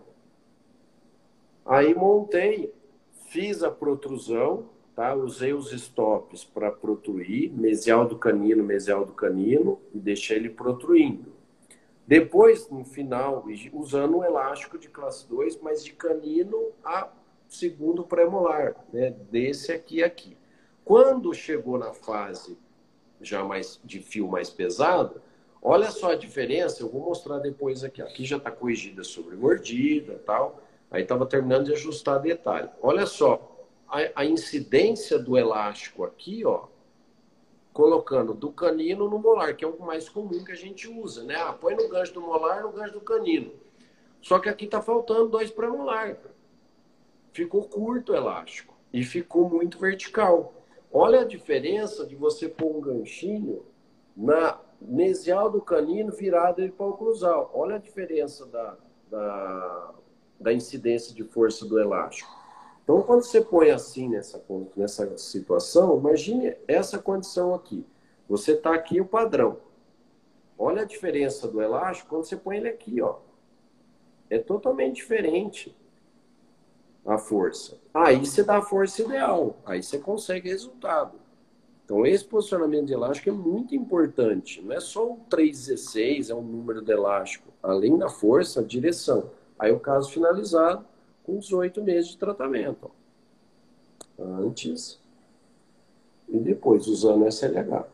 Aí montei, fiz a protrusão, tá? Usei os stops para protruir, mesial do canino, mesial do canino, e deixei ele protruindo. Depois, no final, usando um elástico de classe dois, mas de canino a segundo premolar, né? Desse aqui e aqui. Quando chegou na fase já mais de fio mais pesado, olha só a diferença, eu vou mostrar depois aqui. Aqui já está corrigida sobre mordida e tal. Aí estava terminando de ajustar detalhe. Olha só, a, a incidência do elástico aqui, ó, colocando do canino no molar, que é o mais comum que a gente usa, né? Ah, põe no gancho do molar, no gancho do canino. Só que aqui está faltando dois premolar. Ficou curto o elástico e ficou muito vertical. Olha a diferença de você pôr um ganchinho na mesial do canino virado ele para o cruzal. Olha a diferença da, da, da incidência de força do elástico. Então, quando você põe assim nessa, nessa situação, imagine essa condição aqui. Você está aqui o padrão. Olha a diferença do elástico quando você põe ele aqui, ó. É totalmente diferente a força. Aí você dá a força ideal. Aí você consegue resultado. Então, esse posicionamento de elástico é muito importante. Não é só o três dezesseis, é o número do elástico. Além da força, a direção. Aí o caso finalizado com os oito meses de tratamento. Ó. Antes e depois, usando S L H.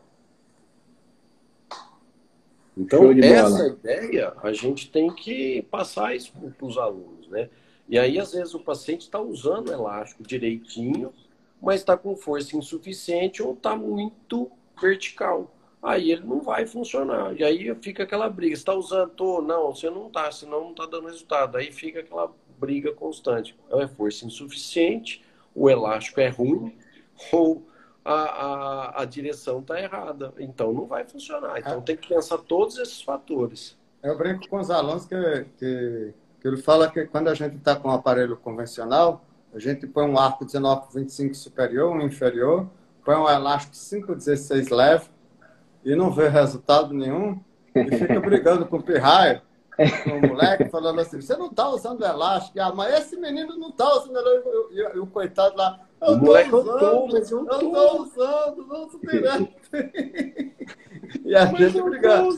Então, essa ideia, a gente tem que passar isso para os alunos, né? E aí, às vezes, o paciente está usando o elástico direitinho, mas está com força insuficiente ou está muito vertical. Aí ele não vai funcionar. E aí fica aquela briga. Você está usando? Tô. Não, você não está, senão não está dando resultado. Aí fica aquela briga constante. É força insuficiente, o elástico é ruim, ou a, a, a direção está errada. Então não vai funcionar. Então tem que pensar todos esses fatores.
Eu brinco com os alunos que, que, que ele fala que quando a gente está com um aparelho convencional, a gente põe um arco dezenove por vinte e cinco superior, um inferior, põe um elástico cinco por dezesseis leve e não vê resultado nenhum e fica brigando com o pirraia, com o moleque, falando assim, você não está usando elástico, ah, mas esse menino não está usando elástico, e, e, e o coitado lá, eu estou usando, mas eu estou usando, não uso direto. E a mas gente brigando.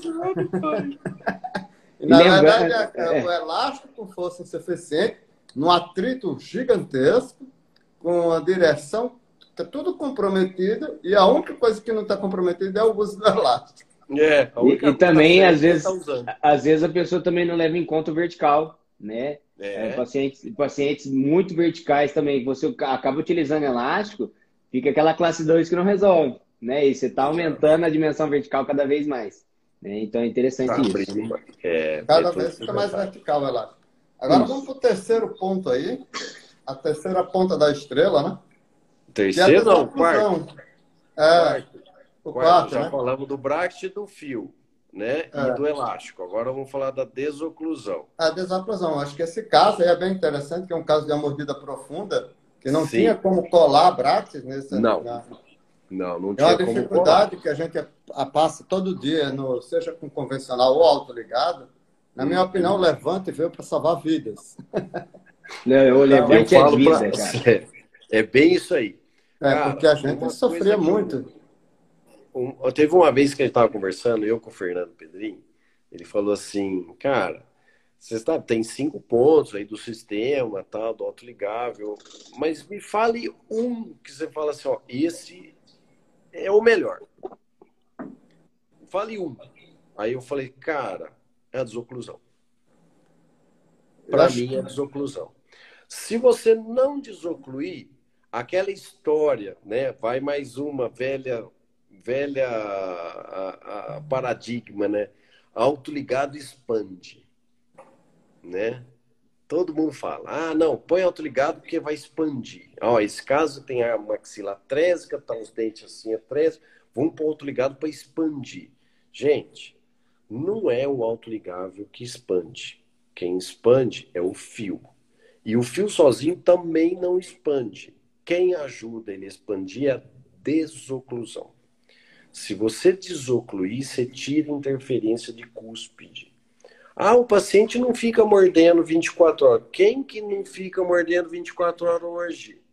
E, na verdade, é, é. o elástico com força insuficiente, num atrito gigantesco, com a direção, está tudo comprometido, e a única coisa que não está comprometida é o uso do elástico.
É, e, e também, às vezes, tá às vezes, a pessoa também não leva em conta o vertical, né? É. É, pacientes, pacientes muito verticais também, você acaba utilizando elástico, fica aquela classe dois que não resolve, né? E você está aumentando a dimensão vertical cada vez mais. Né? Então é interessante tá, isso.
É, cada é vez fica mais vertical o elástico. Agora isso. Vamos para o terceiro ponto aí, a terceira ponta da estrela, né?
Terceiro não, quarto.
É,
quarto.
O quarto,
já
né?
falamos do bracket e do fio, né? É. E do elástico. Agora vamos falar da desoclusão.
A desoclusão. Acho que esse caso aí é bem interessante, que é um caso de uma mordida profunda, que não Sim. tinha como colar brackets nesse...
Não.
Na...
Não, não
é
tinha
uma
como
dificuldade
colar.
que a gente passa todo dia, no, seja com convencional ou autoligado. Na minha hum. opinião, o Levante veio para salvar vidas.
Não, o Levante é vida, pra...
cara. É bem isso aí.
É,
cara,
porque a gente sofria muito.
Um, teve uma vez que a gente estava conversando, eu com o Fernando Pedrinho, ele falou assim, cara, Você sabe, tem cinco pontos aí do sistema, tal, do autoligável. Mas me fale um que você fala assim, ó, esse é o melhor. Fale um. Aí eu falei, cara, é a desoclusão. Para mim é a desoclusão. Se você não desocluir, aquela história, né? Vai mais uma velha, velha a, a paradigma, né? Autoligado expande, né? Todo mundo fala, ah, não, põe autoligado porque vai expandir. Ó, esse caso tem a maxila trésica, tá os dentes assim, atrésicos, vamos pôr autoligado para expandir. Gente, não é o autoligável que expande. Quem expande é o fio. E o fio sozinho também não expande. Quem ajuda ele a expandir é a desoclusão. Se você desocluir, você tira interferência de cúspide. Ah, o paciente não fica mordendo vinte e quatro horas. Quem que não fica mordendo vinte e quatro horas hoje?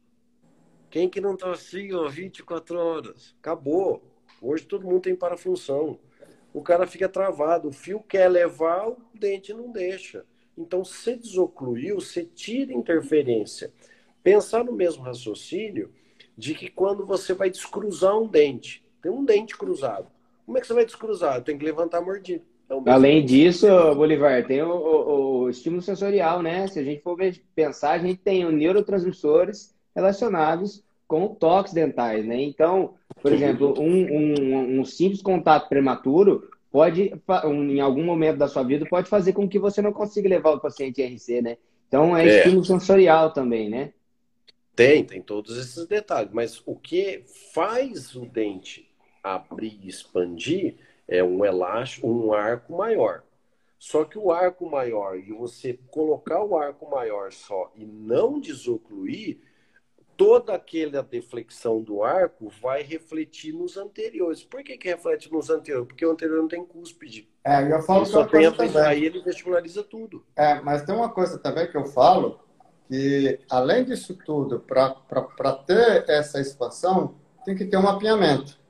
Quem que não tá assim, ó, vinte e quatro horas? Acabou. Hoje todo mundo tem parafunção. O cara fica travado. O fio quer levar, o dente não deixa. Então, se desocluiu, você tira interferência. Pensar no mesmo raciocínio de que quando você vai descruzar um dente, tem um dente cruzado. Como é que você vai descruzar? Tem que levantar a mordida. É
Além disso, Bolivar, tem o, o, o estímulo sensorial, né? Se a gente for pensar, a gente tem os neurotransmissores relacionados com toques dentais, né? Então, por exemplo, um, um, um simples contato prematuro pode, em algum momento da sua vida, pode fazer com que você não consiga levar o paciente R C, né? Então, é, é estímulo sensorial também, né?
Tem, tem todos esses detalhes. Mas o que faz o dente abrir e expandir é um elástico, um arco maior. Só que o arco maior, e você colocar o arco maior só e não desocluir, toda aquela deflexão do arco vai refletir nos anteriores. Por que que reflete nos anteriores? Porque o anterior não tem cúspide.
É, eu falo
ele só tem a
também.
Aí ele vestibulariza tudo.
É, mas tem uma coisa também que eu falo, que além disso tudo, para ter essa expansão, tem que ter um apinhamento.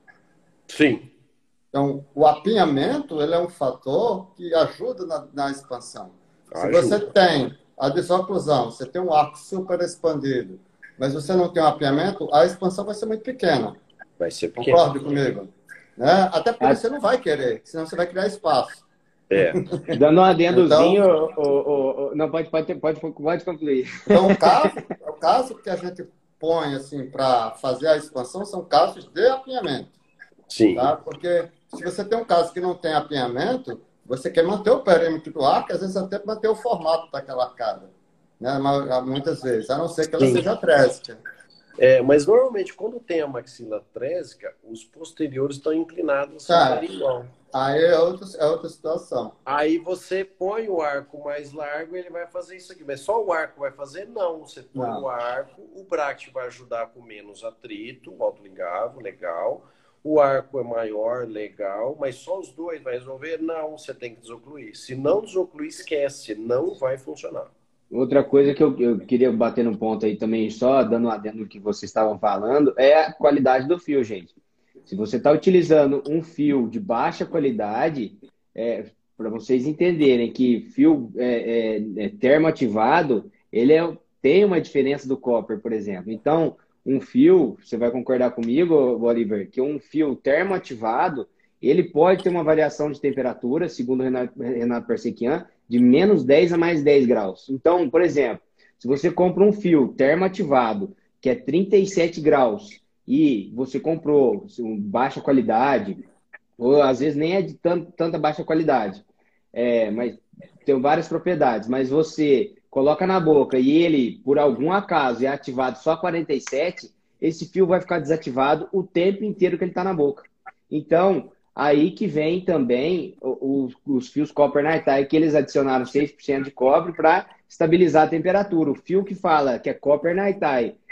Sim.
Então, o apinhamento ele é um fator que ajuda na, na expansão. Ajuda. Se você tem a desoclusão, você tem um arco super expandido, mas você não tem um apinhamento, a expansão vai ser muito pequena.
Vai ser pequena.
Concorda comigo? Né? Até porque você não vai querer, senão você vai criar espaço.
É.
Dando um adendozinho,
então,
o, o, o, não, pode, pode, pode, pode concluir.
Então, o caso, o caso que a gente põe assim, para fazer a expansão são casos de apinhamento.
Sim.
Tá? Porque se você tem um caso que não tem apinhamento, você quer manter o perímetro do arco, às vezes até manter o formato daquela arcada. Né? Muitas vezes, a não ser que ela Sim. seja trésica.
É, mas normalmente, quando tem a maxila trésica, os posteriores estão inclinados
tá.
igual.
Aí é outra, é outra situação.
Aí você põe o arco mais largo, ele vai fazer isso aqui. Mas só o arco vai fazer? Não. Você põe não. o arco, o bracket vai ajudar com menos atrito, o autoligável, legal. O arco é maior, legal. Mas só os dois vai resolver? Não, você tem que desocluir. Se não desocluir, esquece. Não vai funcionar.
Outra coisa que eu, eu queria bater no ponto aí também, só dando um adendo no que vocês estavam falando, é a qualidade do fio, gente. Se você está utilizando um fio de baixa qualidade, é, para vocês entenderem que fio é, é, é termoativado, ele é, tem uma diferença do copper, por exemplo. Então, um fio, você vai concordar comigo, Oliver, que um fio termoativado, ele pode ter uma variação de temperatura, segundo o Renato, Renato Persequian, de menos dez a mais dez graus. Então, por exemplo, se você compra um fio termoativado, que é trinta e sete graus, e você comprou baixa qualidade, ou às vezes nem é de tanto, tanta baixa qualidade, é, mas tem várias propriedades, mas você coloca na boca e ele, por algum acaso, é ativado só a quarenta e sete, esse fio vai ficar desativado o tempo inteiro que ele está na boca. Então, aí que vem também os, os fios Copper Night, que eles adicionaram seis por cento de cobre para estabilizar a temperatura. O fio que fala que é Copper Night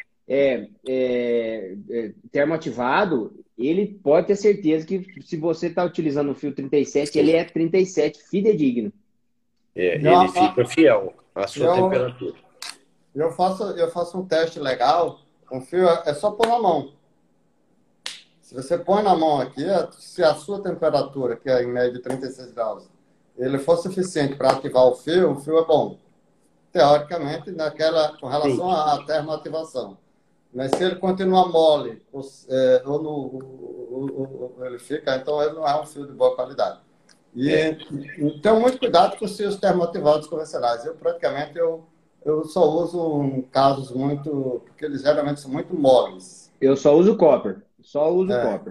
é, é, é termoativado, ele pode ter certeza que se você está utilizando o fio trinta e sete, ele é trinta e sete fidedigno.
É, ele fica fiel à sua
eu,
temperatura.
Eu faço, eu faço um teste legal, um fio é só pôr na mão. Se você põe na mão aqui, se a sua temperatura, que é em média trinta e seis graus, ele for suficiente para ativar o fio, o fio é bom. Teoricamente, naquela, com relação à termoativação. Mas se ele continua mole, ou, é, ou, no, ou, ou ele fica, então ele não é um fio de boa qualidade. E é. Então, muito cuidado com os fios termoativados convencionais. Eu, praticamente, eu, eu só uso em casos muito... porque eles geralmente são muito moles.
Eu só uso copper. Só uso é. copper.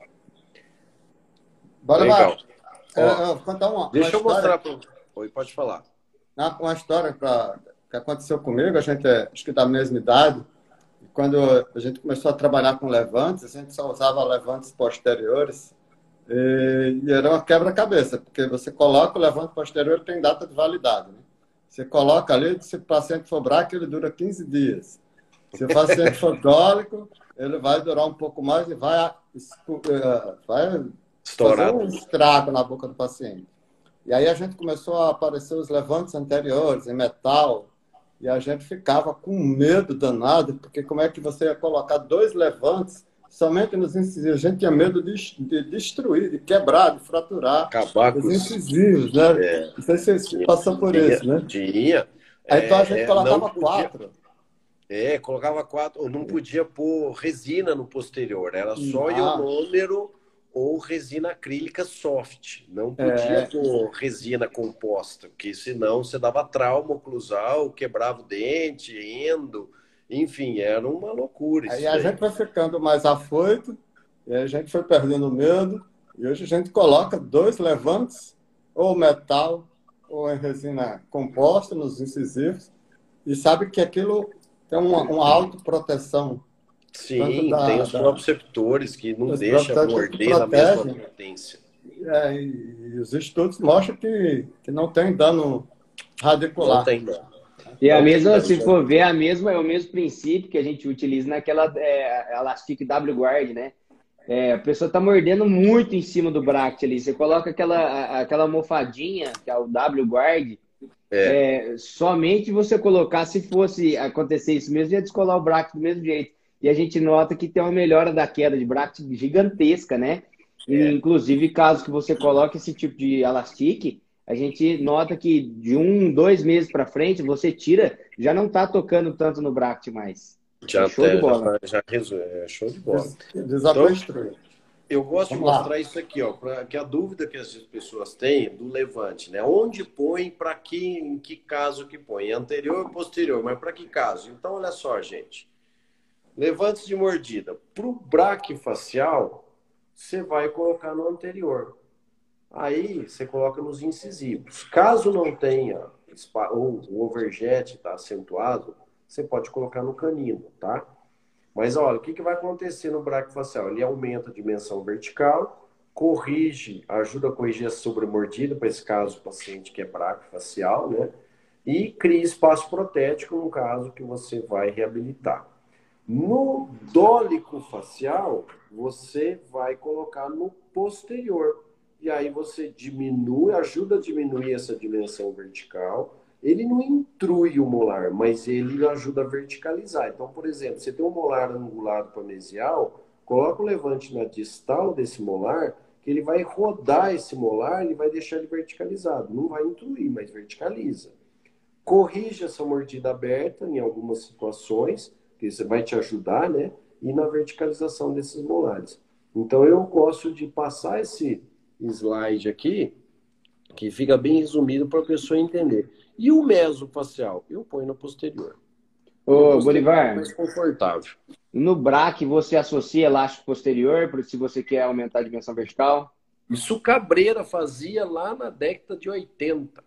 Bora lá. Eu, contar uma,
deixa
uma
eu mostrar para... Oi, pode falar.
Uma história pra, que aconteceu comigo, a gente é, acho que da mesma idade. Quando a gente começou a trabalhar com levantes, a gente só usava levantes posteriores e, e era uma quebra-cabeça, porque você coloca o levante posterior, tem data de validade. Né? Você coloca ali, se o paciente for braque, ele dura quinze dias. Se o paciente for dólico, ele vai durar um pouco mais e vai, vai fazer um estrago na boca do paciente. E aí a gente começou a aparecer os levantes anteriores, em metal, e a gente ficava com medo danado, porque como é que você ia colocar dois levantes somente nos incisivos? A gente tinha medo de, de destruir, de quebrar, de fraturar
acabar
os incisivos, né?
É,
não sei se você
tinha,
passou por
tinha,
isso, né?
Tinha.
Aí então a gente
é,
colocava
podia,
quatro.
É, colocava quatro, ou não podia pôr resina no posterior, era só
ah.
ionômero ou resina acrílica soft. Não podia
É.
pôr resina composta, porque senão você dava trauma oclusal, quebrava o dente, endo, enfim, era uma loucura isso.
Aí a gente vai ficando mais afoito, e a gente foi perdendo medo, e hoje a gente coloca dois levantes, ou metal, ou em resina composta nos incisivos, e sabe que aquilo tem uma, uma autoproteção.
Sim,
da,
tem os
da,
proprioceptores que não deixam morder na mesma potência.
É, e, e os estudos mostram que, que não tem dano radicular.
Não tem dano.
E a mesma, se for ver, a mesma, é o mesmo princípio que a gente utiliza naquela é, Elastic W-Guard, né? É, a pessoa está mordendo muito em cima do bracket ali. Você coloca aquela, aquela almofadinha, que é o W-Guard, é. É, somente você colocar, se fosse acontecer isso mesmo, ia descolar o bracket do mesmo jeito. E a gente nota que tem uma melhora da queda de bracket gigantesca, né? E, é. Inclusive, caso que você coloque esse tipo de elastic, a gente nota que de um, dois meses para frente, você tira, já não está tocando tanto no bracket mais.
Já
é show
até,
de bola.
Já, já resolve, é show de bola.
Então,
eu gosto de mostrar isso aqui, ó, para que a dúvida que as pessoas têm do levante, né? Onde põe, para que, em que caso que põe? Anterior ou posterior, mas para que caso? Então, olha só, gente. Levantes de mordida. Para o braquifacial, você vai colocar no anterior. Aí, você coloca nos incisivos. Caso não tenha, ou o overjet está acentuado, você pode colocar no canino, tá? Mas, olha, o que, que vai acontecer no braquifacial? Ele aumenta a dimensão vertical, corrige, ajuda a corrigir a sobremordida, para esse caso, o paciente que é braquifacial, né? E cria espaço protético no caso que você vai reabilitar. No dólico facial, você vai colocar no posterior. E aí você diminui, ajuda a diminuir essa dimensão vertical. Ele não intrui o molar, mas ele ajuda a verticalizar. Então, por exemplo, você tem um molar angulado para mesial, coloca o levante na distal desse molar, que ele vai rodar esse molar e vai deixar ele verticalizado. Não vai intruir, mas verticaliza. Corrige essa mordida aberta em algumas situações, que isso vai te ajudar, né? E na verticalização desses molares. Então, eu gosto de passar esse slide aqui, que fica bem resumido para a pessoa entender. E o mesofacial? Eu ponho no posterior.
Ô, Bolivar,
é mais confortável.
No braque, você associa elástico posterior, se você quer aumentar a dimensão vertical?
Isso Cabreira fazia lá na década de oitenta.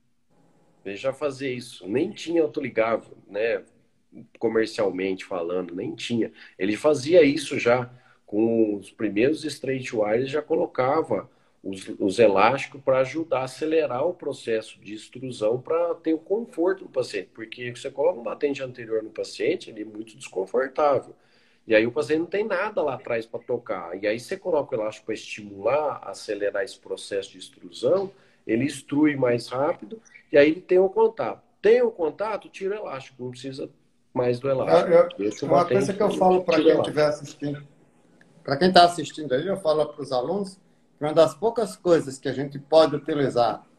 Ele já fazia isso. Nem tinha autoligável, né? Comercialmente falando, nem tinha. Ele fazia isso já com os primeiros straight wires, já colocava os, os elásticos para ajudar a acelerar o processo de extrusão para ter o conforto do paciente, porque você coloca um batente anterior no paciente, ele é muito desconfortável. E aí o paciente não tem nada lá atrás para tocar. E aí você coloca o elástico para estimular, acelerar esse processo de extrusão, ele extrui mais rápido e aí ele tem o contato. Tem o contato, tira o elástico, não precisa mais do elástico.
Eu, eu, uma coisa que eu falo para quem estiver assistindo, para quem está assistindo aí, eu falo para os alunos que uma das poucas coisas que a gente pode utilizar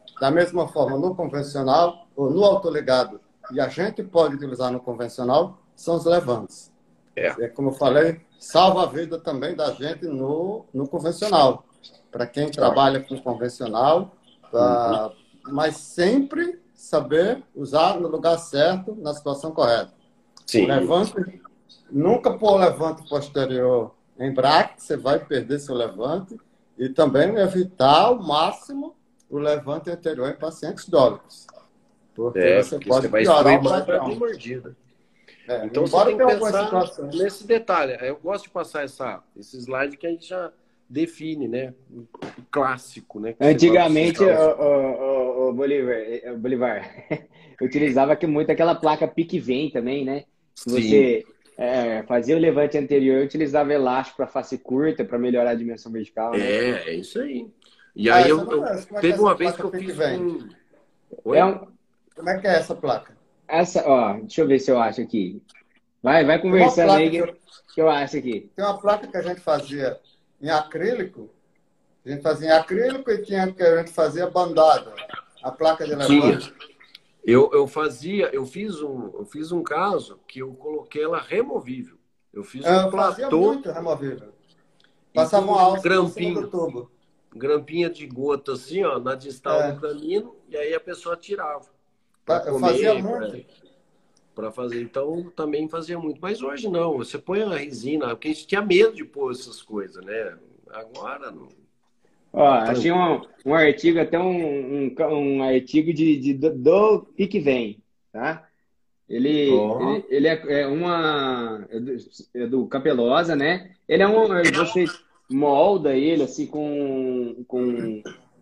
Da mesma forma, no convencional ou no autoligado, e a gente pode utilizar no convencional, são os levantes.
É.
É, como eu falei, salva a vida também da gente no, no convencional. Para quem trabalha com convencional, pra, mas sempre saber usar no lugar certo, na situação correta.
Sim.
Levante, nunca pôr o levante posterior em braque, você vai perder seu levante. E também evitar ao máximo o levante anterior em pacientes dólicos. Porque
É,
você
porque
pode
você vai
piorar
instruir
o
mais para
padrão.
ter mordida.
É,
Então você
embora
tem que
tenha algumas
pensar
situações.
nesse detalhe. Eu gosto de passar essa, esse slide que a gente já define, né? O clássico, né? Que você vai
Antigamente,
precisar
o, o, o, o Bolivar, eh, o Bolivar utilizava que muito aquela placa pique-vem também, né? Se
Sim.
você é, fazia o levante anterior, utilizava elástico para face curta, para melhorar a dimensão vertical, né?
É, é isso aí. E
Ah,
aí
essa
eu,
eu não
eu
conheço. Como é que é
teve
essa
uma vez que
placa
eu
fica e
fiz
vem?
com.
É
Oi?
um,
Como é que é essa placa?
essa, ó, deixa eu ver se eu acho aqui. Vai, vai
Tem uma
conversando aí
placa
que,
que, eu,
que eu acho aqui.
tem uma placa que a gente fazia em acrílico. A gente fazia em acrílico e tinha que a gente fazia bandada. A placa de
Tinha.
levante.
Eu, eu fazia, eu fiz um, eu fiz um caso que eu coloquei ela removível. Eu fiz um
Eu fazia
platô
muito removível.
e
Passava
com
uma
um
alça por cima
grampinho,
do tubo.
grampinha de gota assim, ó, na distal do
É,
canino, e aí a pessoa tirava para
tá, eu fazia
comer,
muito.
para fazer. Então também fazia muito. Mas hoje não, você põe a resina, porque a gente tinha medo de pôr essas coisas, né? Agora não.
Ó,
Tá
achei
tranquilo.
um, um artigo, até um, um, um artigo de, de, do, do pique-vem, tá? Ele,
Ó,
ele, ele é, é uma é do, é do Capelosa, né? Ele é um, você molda ele assim com, com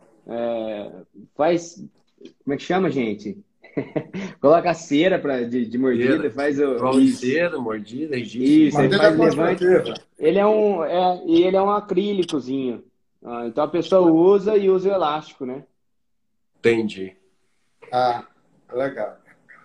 é, faz, como é que chama, gente? Coloca a cera pra, de, de mordida,
cera.
faz o
Prova de
isso,
cera, mordida, registro de
isso, aí
Madeira
faz levante.
construtiva.
Ele é um, é, e ele é um acrílicozinho. Ah, então a pessoa usa e usa o elástico, né?
Entendi.
Ah, legal.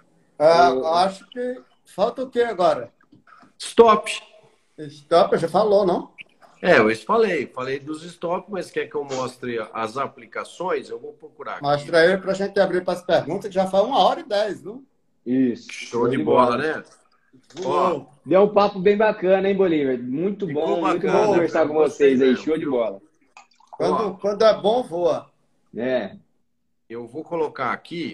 Ah, acho que falta o que agora?
Stop.
Stop, já falou, não?
É, eu falei, falei dos stop, mas quer que eu mostre as aplicações? Eu vou procurar aqui.
Mostra aí para a gente abrir para as perguntas, que já foi uma hora e dez, viu?
Isso,
Show de bola, né? Ó,
Voou.
Deu um papo bem bacana, hein, Bolívar? Muito
ficou
bom, muito bom
bacana,
Voou.
conversar
cara.
com
Gostei
vocês aí.
mesmo,
Show de
viu?
bola.
Quando,
Ó,
quando é bom, voa.
É.
eu vou colocar aqui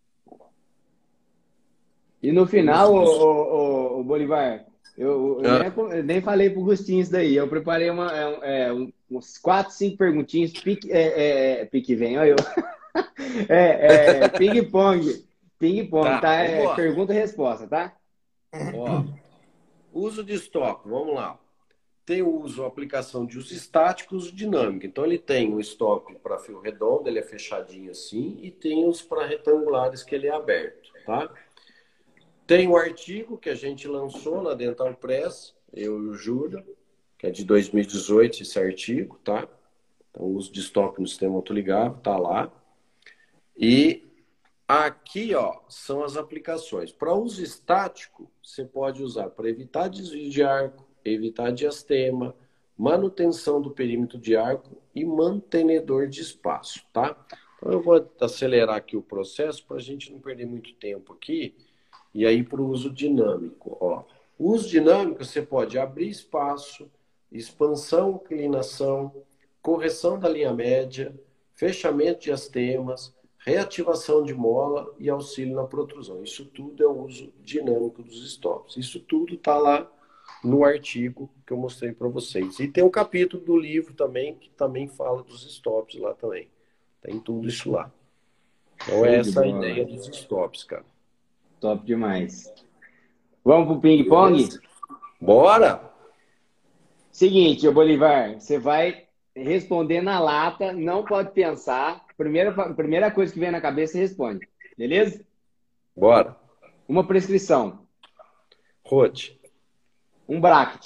E no
os...
final, o,
os-
o, o, o Bolivar, eu, eu
Ah,
nem, eu nem falei pro Gustinho isso daí. Eu preparei uma, é, é, um- uns quatro, cinco perguntinhas. Pique, é, é, pique vem, olha eu. É, é, ping-pong. Ping-pong,
tá,
tá?
vamos
É,
embora.
pergunta e resposta, tá?
Ó, uso de stop, vamos lá. Tem o uso, a aplicação de uso estático e uso dinâmico. Então, ele tem um stop para fio redondo, ele é fechadinho assim, e tem os para retangulares, que ele é aberto, tá? Tem o artigo que a gente lançou na Dental Press, eu e o Júlio, que é de dois mil e dezoito, esse artigo, tá? Então, o uso de stop no sistema autoligável, tá lá. E aqui, ó, são as aplicações. Para uso estático, você pode usar para evitar desvio de arco, evitar diastema, manutenção do perímetro de arco e mantenedor de espaço, tá? Então, eu vou acelerar aqui o processo para a gente não perder muito tempo aqui. E aí, para o uso dinâmico, ó. O uso dinâmico, você pode abrir espaço, expansão, inclinação, correção da linha média, fechamento de astemas, reativação de mola e auxílio na protrusão. Isso tudo é o uso dinâmico dos stops. Isso tudo está lá no artigo que eu mostrei para vocês. E tem um capítulo do livro também, que também fala dos stops lá também. Tem tudo isso lá. Então, é
Show de
essa a
bola.
ideia dos stops, cara.
Top demais. Vamos pro ping-pong?
Beleza? Bora!
Seguinte, ô Bolivar, você vai responder na lata, não pode pensar. Primeira, primeira coisa que vem na cabeça, você responde. Beleza?
Bora!
Uma prescrição.
Rote.
Um bracket.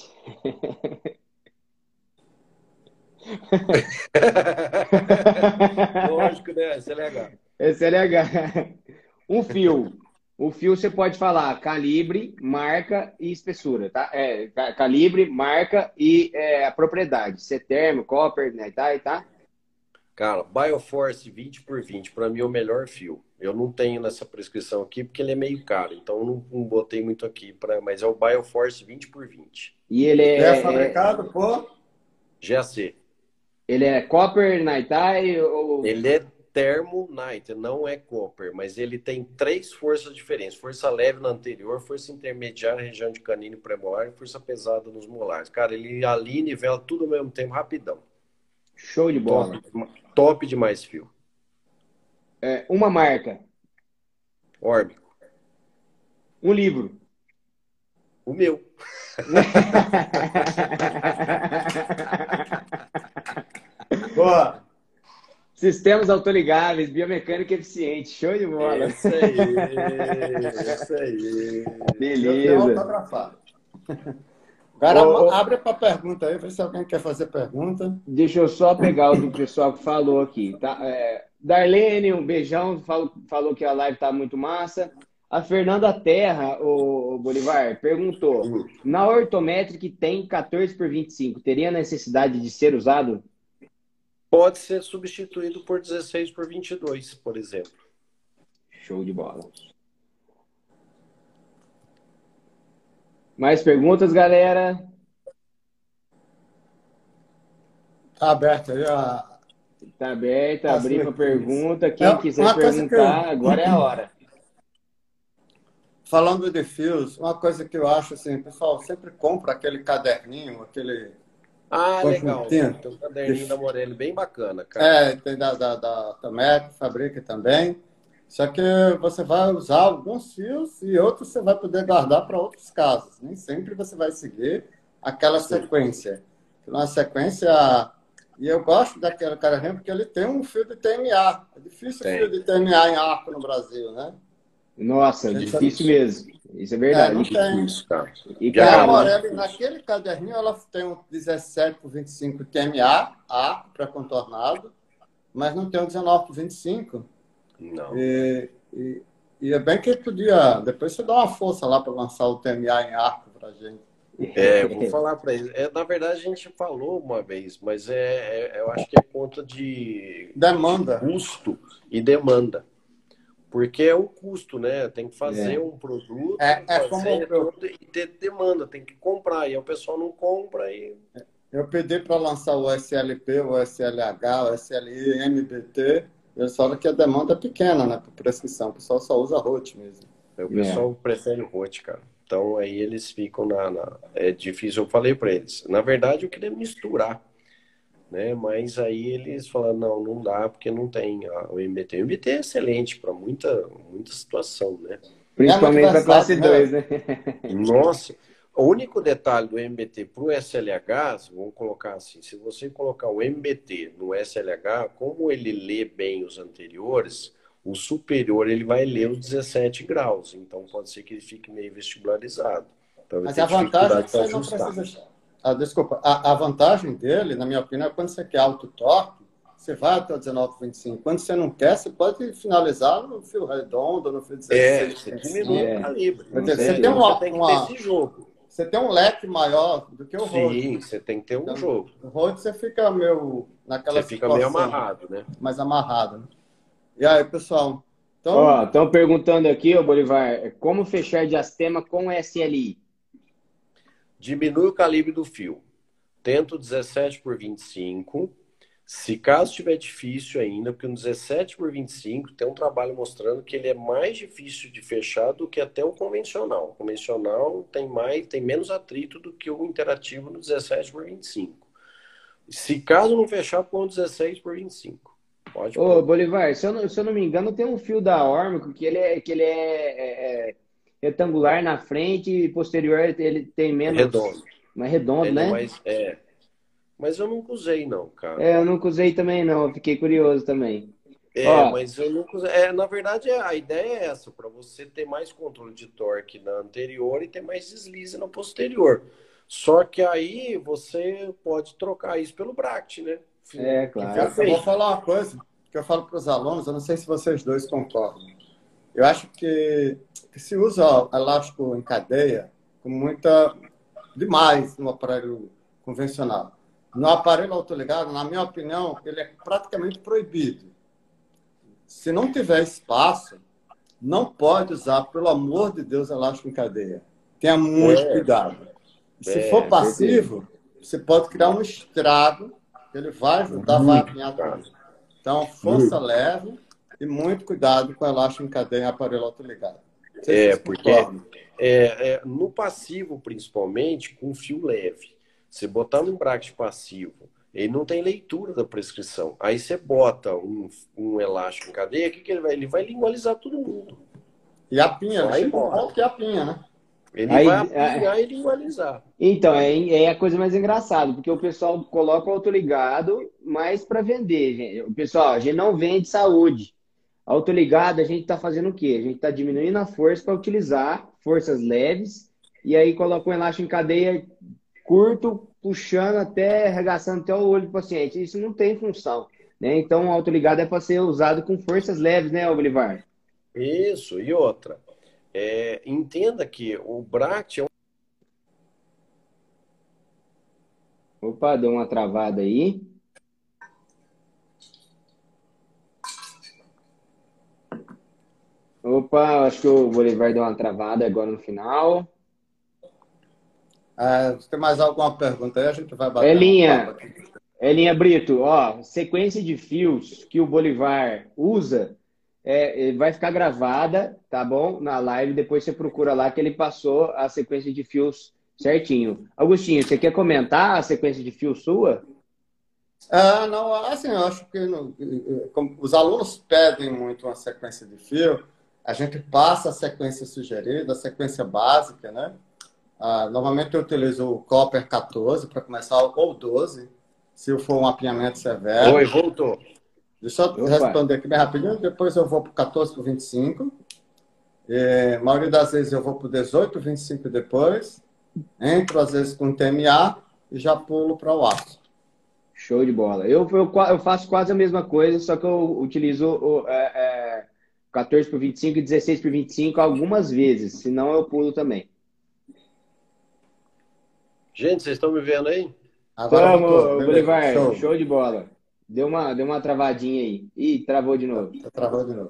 Lógico, né? Isso é legal.
Esse é legal. Um fio. O fio você pode falar calibre, marca e espessura, tá? É, ca- calibre, marca e é, a propriedade. Se é termo, copper, né? Tá, e tá?
Cara, Bioforce vinte por vinte, para mim é o melhor fio. Eu não tenho nessa prescrição aqui porque ele é meio caro, então eu não, não botei muito aqui, pra, mas é o Bioforce vinte por vinte.
E ele
É
é, é-
fabricado por...
G A C.
ele é copper, night ou...
Ele é Thermo Night, não é copper, mas ele tem três forças diferentes. Força leve na anterior, força intermediária, região de canino e premolar e força pesada nos molares. Cara, ele ali nivela tudo ao mesmo tempo, rapidão.
Show de bola.
Top, top demais fio.
É, uma marca.
Órbico.
Um livro.
O meu.
Boa.
Sistemas autoligáveis, biomecânica eficiente. Show de bola.
Isso aí, isso aí.
Beleza.
Eu tenho autografado. Agora,
Ô, ô.
abre para pergunta aí, vê se alguém quer fazer pergunta.
Deixa eu só pegar o do pessoal que falou aqui, tá? É, Darlene, um beijão, falou, falou que a live tá muito massa. A Fernanda Terra, o Bolivar, perguntou: na Ortometric tem quatorze por vinte e cinco, teria necessidade de ser usado?
Pode ser substituído por dezesseis por vinte e dois, por exemplo.
Show de bola. Mais perguntas, galera?
Tá aberto aí a...
Tá aberto,
As
abri para
perguntas.
pergunta. Quem
É,
quiser
uma coisa que
perguntar,
eu-
agora é a hora.
Falando de fios, uma coisa que eu acho assim, o pessoal sempre compra aquele caderninho, aquele...
Ah, legal.
Conjuntinho.
Tem um caderninho da Morelli bem bacana, cara.
É, tem da, da, da Tomec, fabrica também. Só que você vai usar alguns fios e outros você vai poder guardar para outros casos. Nem sempre você vai seguir aquela sequência. Uma sequência... E eu gosto daquele caderninho porque ele tem um fio de T M A. É difícil
Tem.
fio de T M A em arco no Brasil, né?
Nossa,
Gente,
difícil mesmo. Isso é
É,
verdade.
não tem.
Isso, cara.
E,
E a
cara,
Morelli, naquele caderninho, ela tem um dezessete por vinte e cinco T M A, arco para contornado, mas não tem um dezenove por vinte e cinco.
Não.
E, e, e é bem que podia... Depois você dá uma força lá para lançar o T M A em arco para gente.
É, eu vou falar para eles. É, na verdade, a gente falou uma vez, mas é, é- eu acho que é conta de
Demanda.
custo e demanda. Porque é o custo, né? Tem que fazer
É.
um produto,
É- é
fazer
como eu-
tudo e ter demanda, tem que comprar. E aí o pessoal não compra e.
Eu pedi para lançar o S L P, o S L H, o S L I, M B T. Eles falam que a demanda é pequena, né? Por prescrição. O pessoal só usa rote mesmo.
O pessoal prefere o rote, cara. Então aí eles ficam na, na- É difícil, eu falei para eles. Na verdade, eu queria misturar, né? Mas aí eles falaram, não, não dá, porque não tem a- o M B T. O M B T é excelente para muita, muita situação, né?
principalmente
É
para
muito
classe
versátil,
dois, né?
Nossa, o único detalhe do M B T para o S L H, vamos colocar assim, se você colocar o M B T no S L H, como ele lê bem os anteriores, o superior ele vai ler os dezessete graus, então pode ser que ele fique meio vestibularizado. Então, vai
Mas
ter
a vantagem é
dificuldade
que
para
você não
ajustar.
precisa... Ah, desculpa. A, a vantagem dele, na minha opinião, é quando você quer alto torque, você vai até o dezenove por vinte e cinco. Quando você não quer, você pode finalizar no fio redondo, no fio
É,
dezesseis.
você diminui
É.
o calibre.
Quer dizer,
Você
você
tem
tem,
Você
uma,
tem que
uma-
ter esse jogo.
você tem um leque maior do que o road.
Sim, você tem que ter um
Então,
jogo.
O road você fica meio naquela
Você fica meio
situação
amarrado, né?
mais amarrado. Né? E aí, pessoal? Então,
Ó, estão perguntando aqui, ô Bolivar, como fechar diastema com S L I?
Diminui o calibre do fio. Tenta o dezessete por vinte e cinco. Se caso estiver difícil ainda, porque no dezessete por vinte e cinco tem um trabalho mostrando que ele é mais difícil de fechar do que até o convencional. O convencional tem mais, tem menos atrito do que o interativo no dezessete por vinte e cinco. Se caso não fechar, põe o dezesseis por vinte e cinco. Pode
Ô,
pôr.
Bolivar, se eu, não, se eu não me engano, tem um fio da Ormico que ele é, que ele é, é, é retangular na frente e posterior ele tem menos...
Redondo.
Mais redondo,
Ele
né?
é mais, é. Mas eu nunca usei, não, cara.
É, eu nunca usei também, não. Eu fiquei curioso também.
É,
Ó.
mas eu nunca usei. É, na verdade, a ideia é essa, para você ter mais controle de torque na anterior e ter mais deslize na posterior. Só que aí você pode trocar isso pelo Bract, né?
É,
Que
claro.
foi
eu
feito.
vou falar uma coisa que eu falo para os alunos, eu não sei se vocês dois concordam. Eu acho que, que se usa elástico em cadeia com muita... demais no aparelho convencional. no aparelho autoligado, na minha opinião, ele é praticamente proibido. Se não tiver espaço, não pode usar, pelo amor de Deus, elástico em cadeia. Tenha muito
É,
cuidado. E se
é,
for passivo, você pode criar um estrago, que ele vai ajudar, vai apinhar tudo. Então, força leve e muito cuidado com elástico em cadeia em aparelho autoligado. Não sei se
É,
vocês
porque
concordam.
é, é, no passivo, principalmente, com fio leve. Você botar num bracket passivo, ele não tem leitura da prescrição. Aí você bota um, um elástico em cadeia, o que, que ele vai? Ele vai lingualizar todo mundo.
E apinha, ele
Vai
chega um
embora.
ponto que apinha, né?
Ele
Aí,
vai
é,
apinhar e lingualizar.
então, é, é a coisa mais engraçada, porque o pessoal coloca o autoligado mais para vender, gente. O pessoal, a gente não vende saúde. Autoligado, a gente está fazendo o quê? A gente está diminuindo a força para utilizar forças leves e aí coloca um elástico em cadeia curto, puxando até, arregaçando até o olho do paciente. Isso não tem função, né? Então, o autoligado é para ser usado com forças leves, né, Bolivar?
Isso, e outra. É, entenda que o bracket é um...
Opa, deu uma travada aí. Opa, acho que o Bolivar deu uma travada agora no final.
É, se tem mais alguma pergunta aí, a gente vai bater um papo
Elinha,
aqui.
Elinha Brito, ó, sequência de fios que o Bolivar usa é, é, vai ficar gravada, tá bom? Na live, depois você procura lá que ele passou a sequência de fios certinho. Agostinho, você quer comentar a sequência de fios sua?
Ah, não, assim, eu acho que no- como os alunos pedem muito uma sequência de fio, a gente passa a sequência sugerida, a sequência básica, né? Ah, normalmente eu utilizo o Copper quatorze para começar, ou doze, se for um apinhamento severo.
Oi, voltou.
Deixa eu
Opa,
responder aqui bem rapidinho, depois eu vou para o quatorze para o vinte e cinco. É, a maioria das vezes eu vou para o dezoito, vinte e cinco depois. Entro às vezes com T M A e já pulo para o aço.
show de bola. Eu, eu, qua- eu faço quase a mesma coisa, só que eu utilizo o é, é, quatorze por vinte e cinco e dezesseis por vinte e cinco algumas vezes, senão eu pulo também.
Gente, vocês estão me vendo aí?
Agora voltou,
Tamo,
beleza,
Bolivar,
show.
show de bola. Deu uma, deu uma travadinha aí. Ih, travou de
Tá,
novo.
tá travando de novo.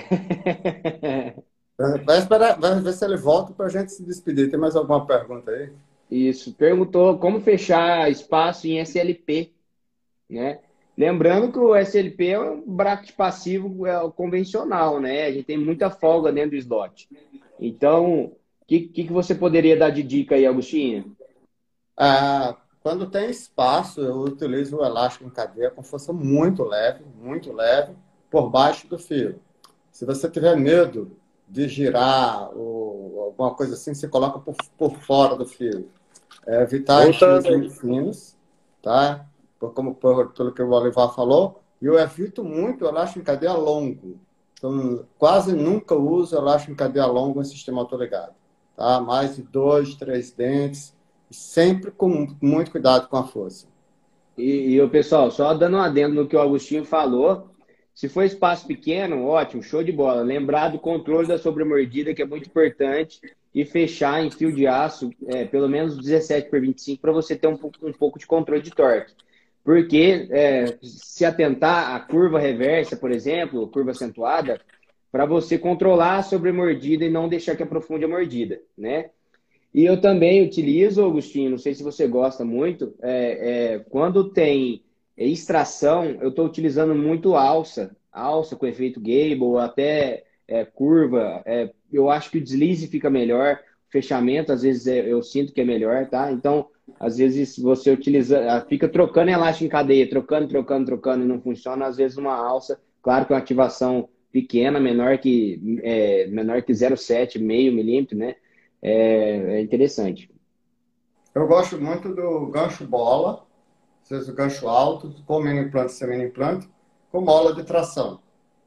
Vai esperar, vai ver se ele volta para a gente se despedir. Tem mais alguma pergunta aí?
Isso. Perguntou como fechar espaço em S L P, né? Lembrando que o S L P é um bracket passivo é, o convencional, né? A gente tem muita folga dentro do slot. Então, o que, que, que você poderia dar de dica aí, Agostinho?
Ah, quando tem espaço, eu utilizo o elástico em cadeia com força muito leve, muito leve, por baixo do fio. Se você tiver medo de girar ou alguma coisa assim, você coloca por, por fora do fio. É, evitar os fios
Voltando
muito
aí.
finos, tá? Por, como por, pelo que o Olivar falou. E eu evito muito o elástico em cadeia longo. Então, quase nunca uso elástico em cadeia longo em sistema autoligado. Tá? Mais de dois, três dentes. Sempre com muito cuidado com a força.
E, e o pessoal, só dando um adendo no que o Agostinho falou, se for espaço pequeno, ótimo, show de bola. Lembrar do controle da sobremordida, que é muito importante, e fechar em fio de aço, é, pelo menos dezessete por vinte e cinco, para você ter um, pouco- um pouco de controle de torque. Porque é, se atentar à curva reversa, por exemplo, curva acentuada, para você controlar a sobremordida e não deixar que aprofunde a mordida, né? E eu também utilizo, Agostinho, não sei se você gosta muito, é, é, quando tem extração, eu estou utilizando muito alça, alça com efeito Gable, até é, curva. É, eu acho que o deslize fica melhor, o fechamento às vezes é- eu sinto que é melhor, tá? Então, às vezes você utiliza, ah, fica trocando elástico em cadeia, trocando, trocando, trocando e não funciona, às vezes uma alça, claro que uma ativação pequena, menor que, é, menor que zero vírgula sete, meio milímetro, né? É, é interessante.
Eu gosto muito do gancho bola, seja o gancho alto, com mini implante, sem mini implante, com mola de tração.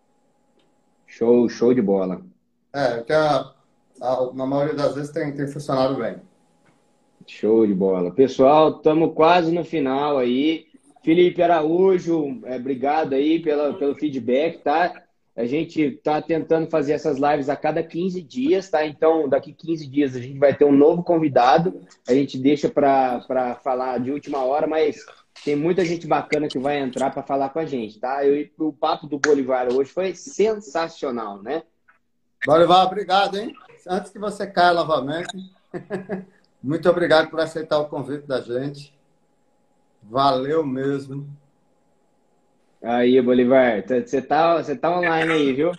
Show, show de bola.
É, tem a, a- na maioria das vezes tem, tem funcionado bem.
Show de bola. Pessoal, estamos quase no final aí. Felipe Araújo, é, obrigado aí pela, pelo feedback, tá? A gente está tentando fazer essas lives a cada quinze dias, tá? Então, daqui quinze dias a gente vai ter um novo convidado. A gente deixa para falar de última hora, mas tem muita gente bacana que vai entrar para falar com a gente, tá? Eu, o papo do Bolivar hoje foi sensacional, né?
Bolivar, obrigado, hein? Antes que você caia novamente, muito obrigado por aceitar o convite da gente. Valeu mesmo.
Aí, Bolivar, você tá, você tá online aí, viu?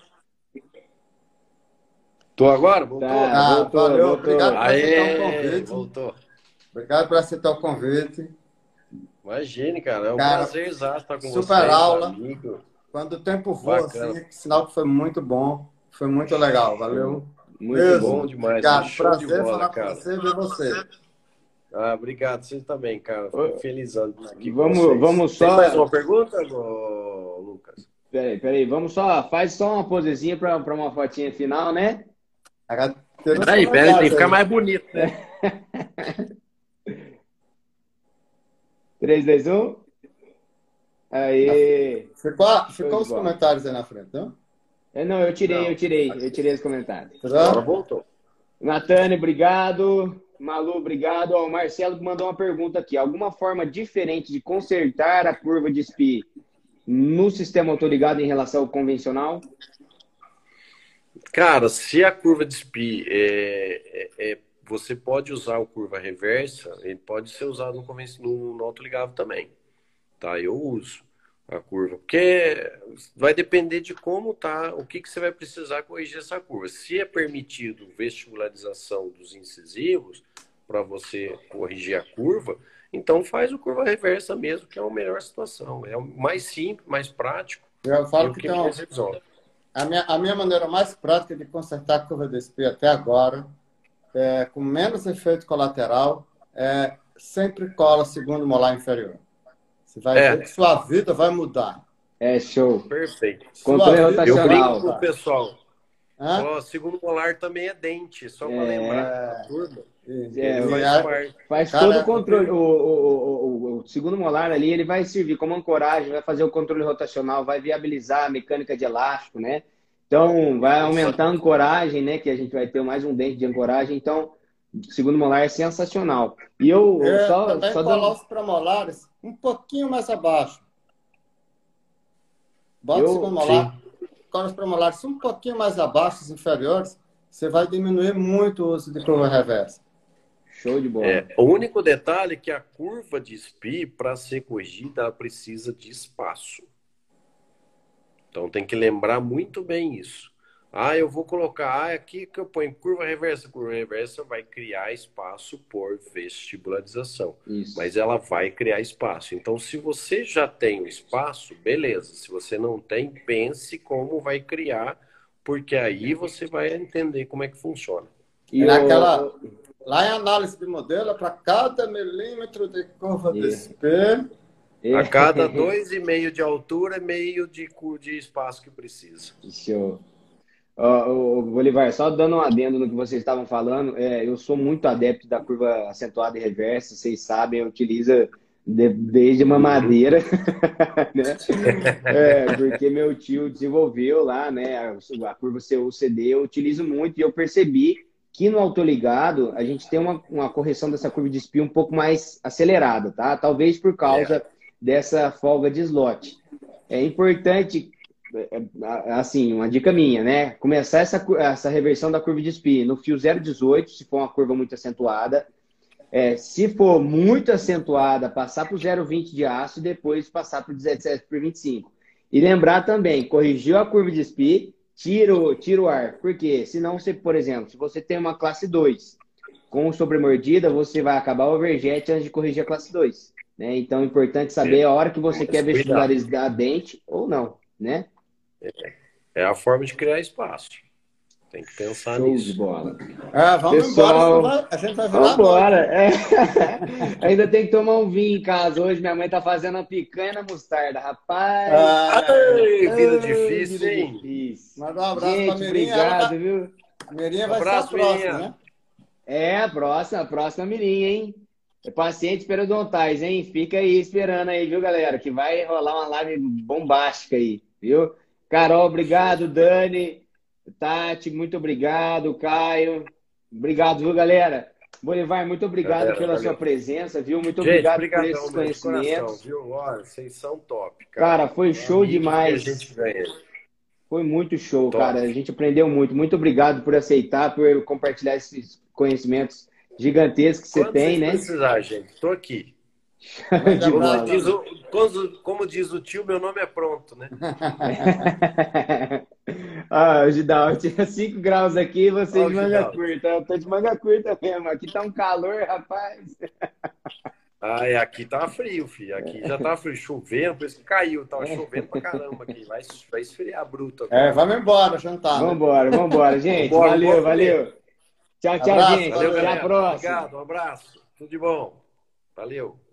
Tô agora? Voltou?
Tá,
Ah,
voltou,
valeu,
voltou.
obrigado por aceitar o
Aê,
convite.
voltou.
Obrigado por aceitar o convite.
Imagine, cara. É um
Cara,
prazer estar com
super
vocês,
aula.
amigo.
Quando o tempo voa,
Bacana.
assim, sinal que foi muito bom. Foi muito legal, valeu.
Muito
Mesmo.
bom.
Bom demais.
Cara,
Show de
prazer
bola,
falar
cara.
com você e ver você.
Ah, obrigado. Você também, cara. Fico felizando aqui
Vamos-
com vocês.
vamos
Tem
só-
mais uma pergunta, ô, Lucas?
Peraí, peraí, vamos só, faz só uma posezinha para uma fotinha final, né?
Agora, tem uns
Peraí, peraí, tem
comentários
que ficar
aí.
mais bonito, né?
três, dois, um. Aí.
Ficou,
Show
ficou
de
os
bola.
comentários aí na frente, não?
É, não, eu tirei,
Não.
eu tirei, eu tirei os comentários.
Agora
Tá?
voltou.
Natane, obrigado. Malu, obrigado. Ó, o Marcelo mandou uma pergunta aqui. Alguma forma diferente de consertar a curva de S P I no sistema autoligado em relação ao convencional?
Cara, se a curva de S P I é, é, é- você pode usar o curva reversa, ele pode ser usado no, conven- no, no autoligável também. Tá? Eu uso a curva, porque vai depender de como tá, o que, que você vai precisar corrigir essa curva. Se é permitido vestibularização dos incisivos para você corrigir a curva, então faz o curva reversa mesmo, que é a melhor situação. É o mais simples, mais prático
Eu
e
falo
o
que
que
tem uma-
mais resolve.
a, minha, a minha maneira mais prática de consertar a curva de S P até agora, é, com menos efeito colateral, é sempre cola segundo molar inferior. Você vai
É.
ver que sua vida vai mudar.
É show.
Perfeito.
Controle
Sua vida
Eu
rotacional.
brinco
vai
com o
mudar.
pessoal.
Hã?
Ó, segundo molar também é dente, só para
É.
lembrar a turma.
E-
É,
e
faz
aí-
parte.
Faz
Cara,
todo o controle. O, o, o, o- o segundo molar ali, ele vai servir como ancoragem, vai fazer o controle rotacional, vai viabilizar a mecânica de elástico, né? Então, vai aumentar a ancoragem, né? Que a gente vai ter mais um dente de ancoragem. Então, o segundo molar é sensacional. E eu, eu
É,
só,
também
só
colar
dando...
os premolares um pouquinho mais abaixo. Bota
Eu-
o segundo molar, cola os premolares um pouquinho mais abaixo, os inferiores, você vai diminuir muito o uso de curva reversa.
Show de bola.
É, o único detalhe é que a curva de S P I, para ser corrigida, ela precisa de espaço. Então tem que lembrar muito bem isso. Ah, eu vou colocar, ah, aqui que eu ponho curva reversa. Curva reversa vai criar espaço por vestibularização.
Isso.
Mas ela vai criar espaço. Então, se você já tem o espaço, beleza. Se você não tem, pense como vai criar, porque aí você vai entender como é que funciona.
E
Naquela-
o-
Lá em análise de modelo, para cada milímetro de curva de
É.
S P,
É.
A cada dois e meio de altura, meio de, cu- de espaço que precisa.
Show. Ó, ô, Bolivar, só dando um adendo no que vocês estavam falando, é, eu sou muito adepto da curva acentuada e reversa, vocês sabem, eu utilizo de- desde mamadeira, né? É, porque meu tio desenvolveu lá, né, a, a curva C U C D, eu utilizo muito e eu percebi que no autoligado a gente tem uma, uma correção dessa curva de S P I um pouco mais acelerada, tá? Talvez por causa dessa folga de slot. É importante, assim, uma dica minha, né? Começar essa, essa reversão da curva de S P I no fio zero vírgula dezoito, se for uma curva muito acentuada. É, se for muito acentuada, passar para o zero vírgula vinte de aço e depois passar para o dezessete por vinte e cinco. E lembrar também, corrigiu a curva de S P I, tira o, tira o ar. Por quê? Senão, você, por exemplo, se você tem uma classe dois com sobremordida, você vai acabar o overjet antes de corrigir a classe dois. Né? Então, é importante saber a hora que você quer vestibularizar a dente ou não, né?
É a forma de criar espaço. Tem que pensar
Show
nisso.
de bola.
é, vamos
Pessoal,
embora, senão vai- a gente vai virar
Vamos embora.
noite.
É. Ainda tem que tomar um vinho em casa hoje. Minha mãe tá fazendo uma picanha na mostarda, rapaz.
Ah,
Ai, vida
Ai,
difícil,
vida
hein?
difícil.
Manda um abraço
Gente,
pra Mirinha. ela
obrigado,
vai-
viu?
A Mirinha vai
Abraço,
ser a próxima,
Mirinha.
né?
É, a próxima, a próxima mirinha, hein? É pacientes periodontais, hein? Fica aí esperando aí, viu, galera? Que vai rolar uma live bombástica aí, viu? Carol, obrigado. Dani, Tati, muito obrigado. Caio, obrigado, viu, galera? Bolivar, muito obrigado
Galera,
pela
valeu.
sua presença, viu? Muito
Gente,
obrigado
brigadão,
por esses
meu, de coração,
conhecimentos.
viu? Olha, vocês são top, cara.
Cara, foi show
Amigos
demais.
que a gente ganha.
Foi muito show,
Top.
cara. A gente aprendeu muito. Muito obrigado por aceitar, por compartilhar esses conhecimentos gigantescos que você
Quando
tem,
vocês
né?
precisar, gente, tô aqui.
De
Como
bola.
diz, o, como- como diz o tio, meu nome é pronto, né?
Ah, Gidal, tinha cinco graus aqui, você
Ó,
de manga
Gidal.
curta. Eu tô de manga curta mesmo. Aqui tá um calor, rapaz.
Ah, é, aqui tá frio, filho. Aqui já tá frio, chovendo, por isso que caiu. Tava chovendo pra caramba aqui. Vai, vai esfriar bruto agora.
É, vamos embora, jantar. né?
Vambora, vambora, gente.
Vambora,
valeu,
vambora.
valeu. Tchau, tchau,
Abraço,
gente.
valeu,
Até a
galera.
próxima.
Obrigado, um abraço. Tudo de bom. Valeu.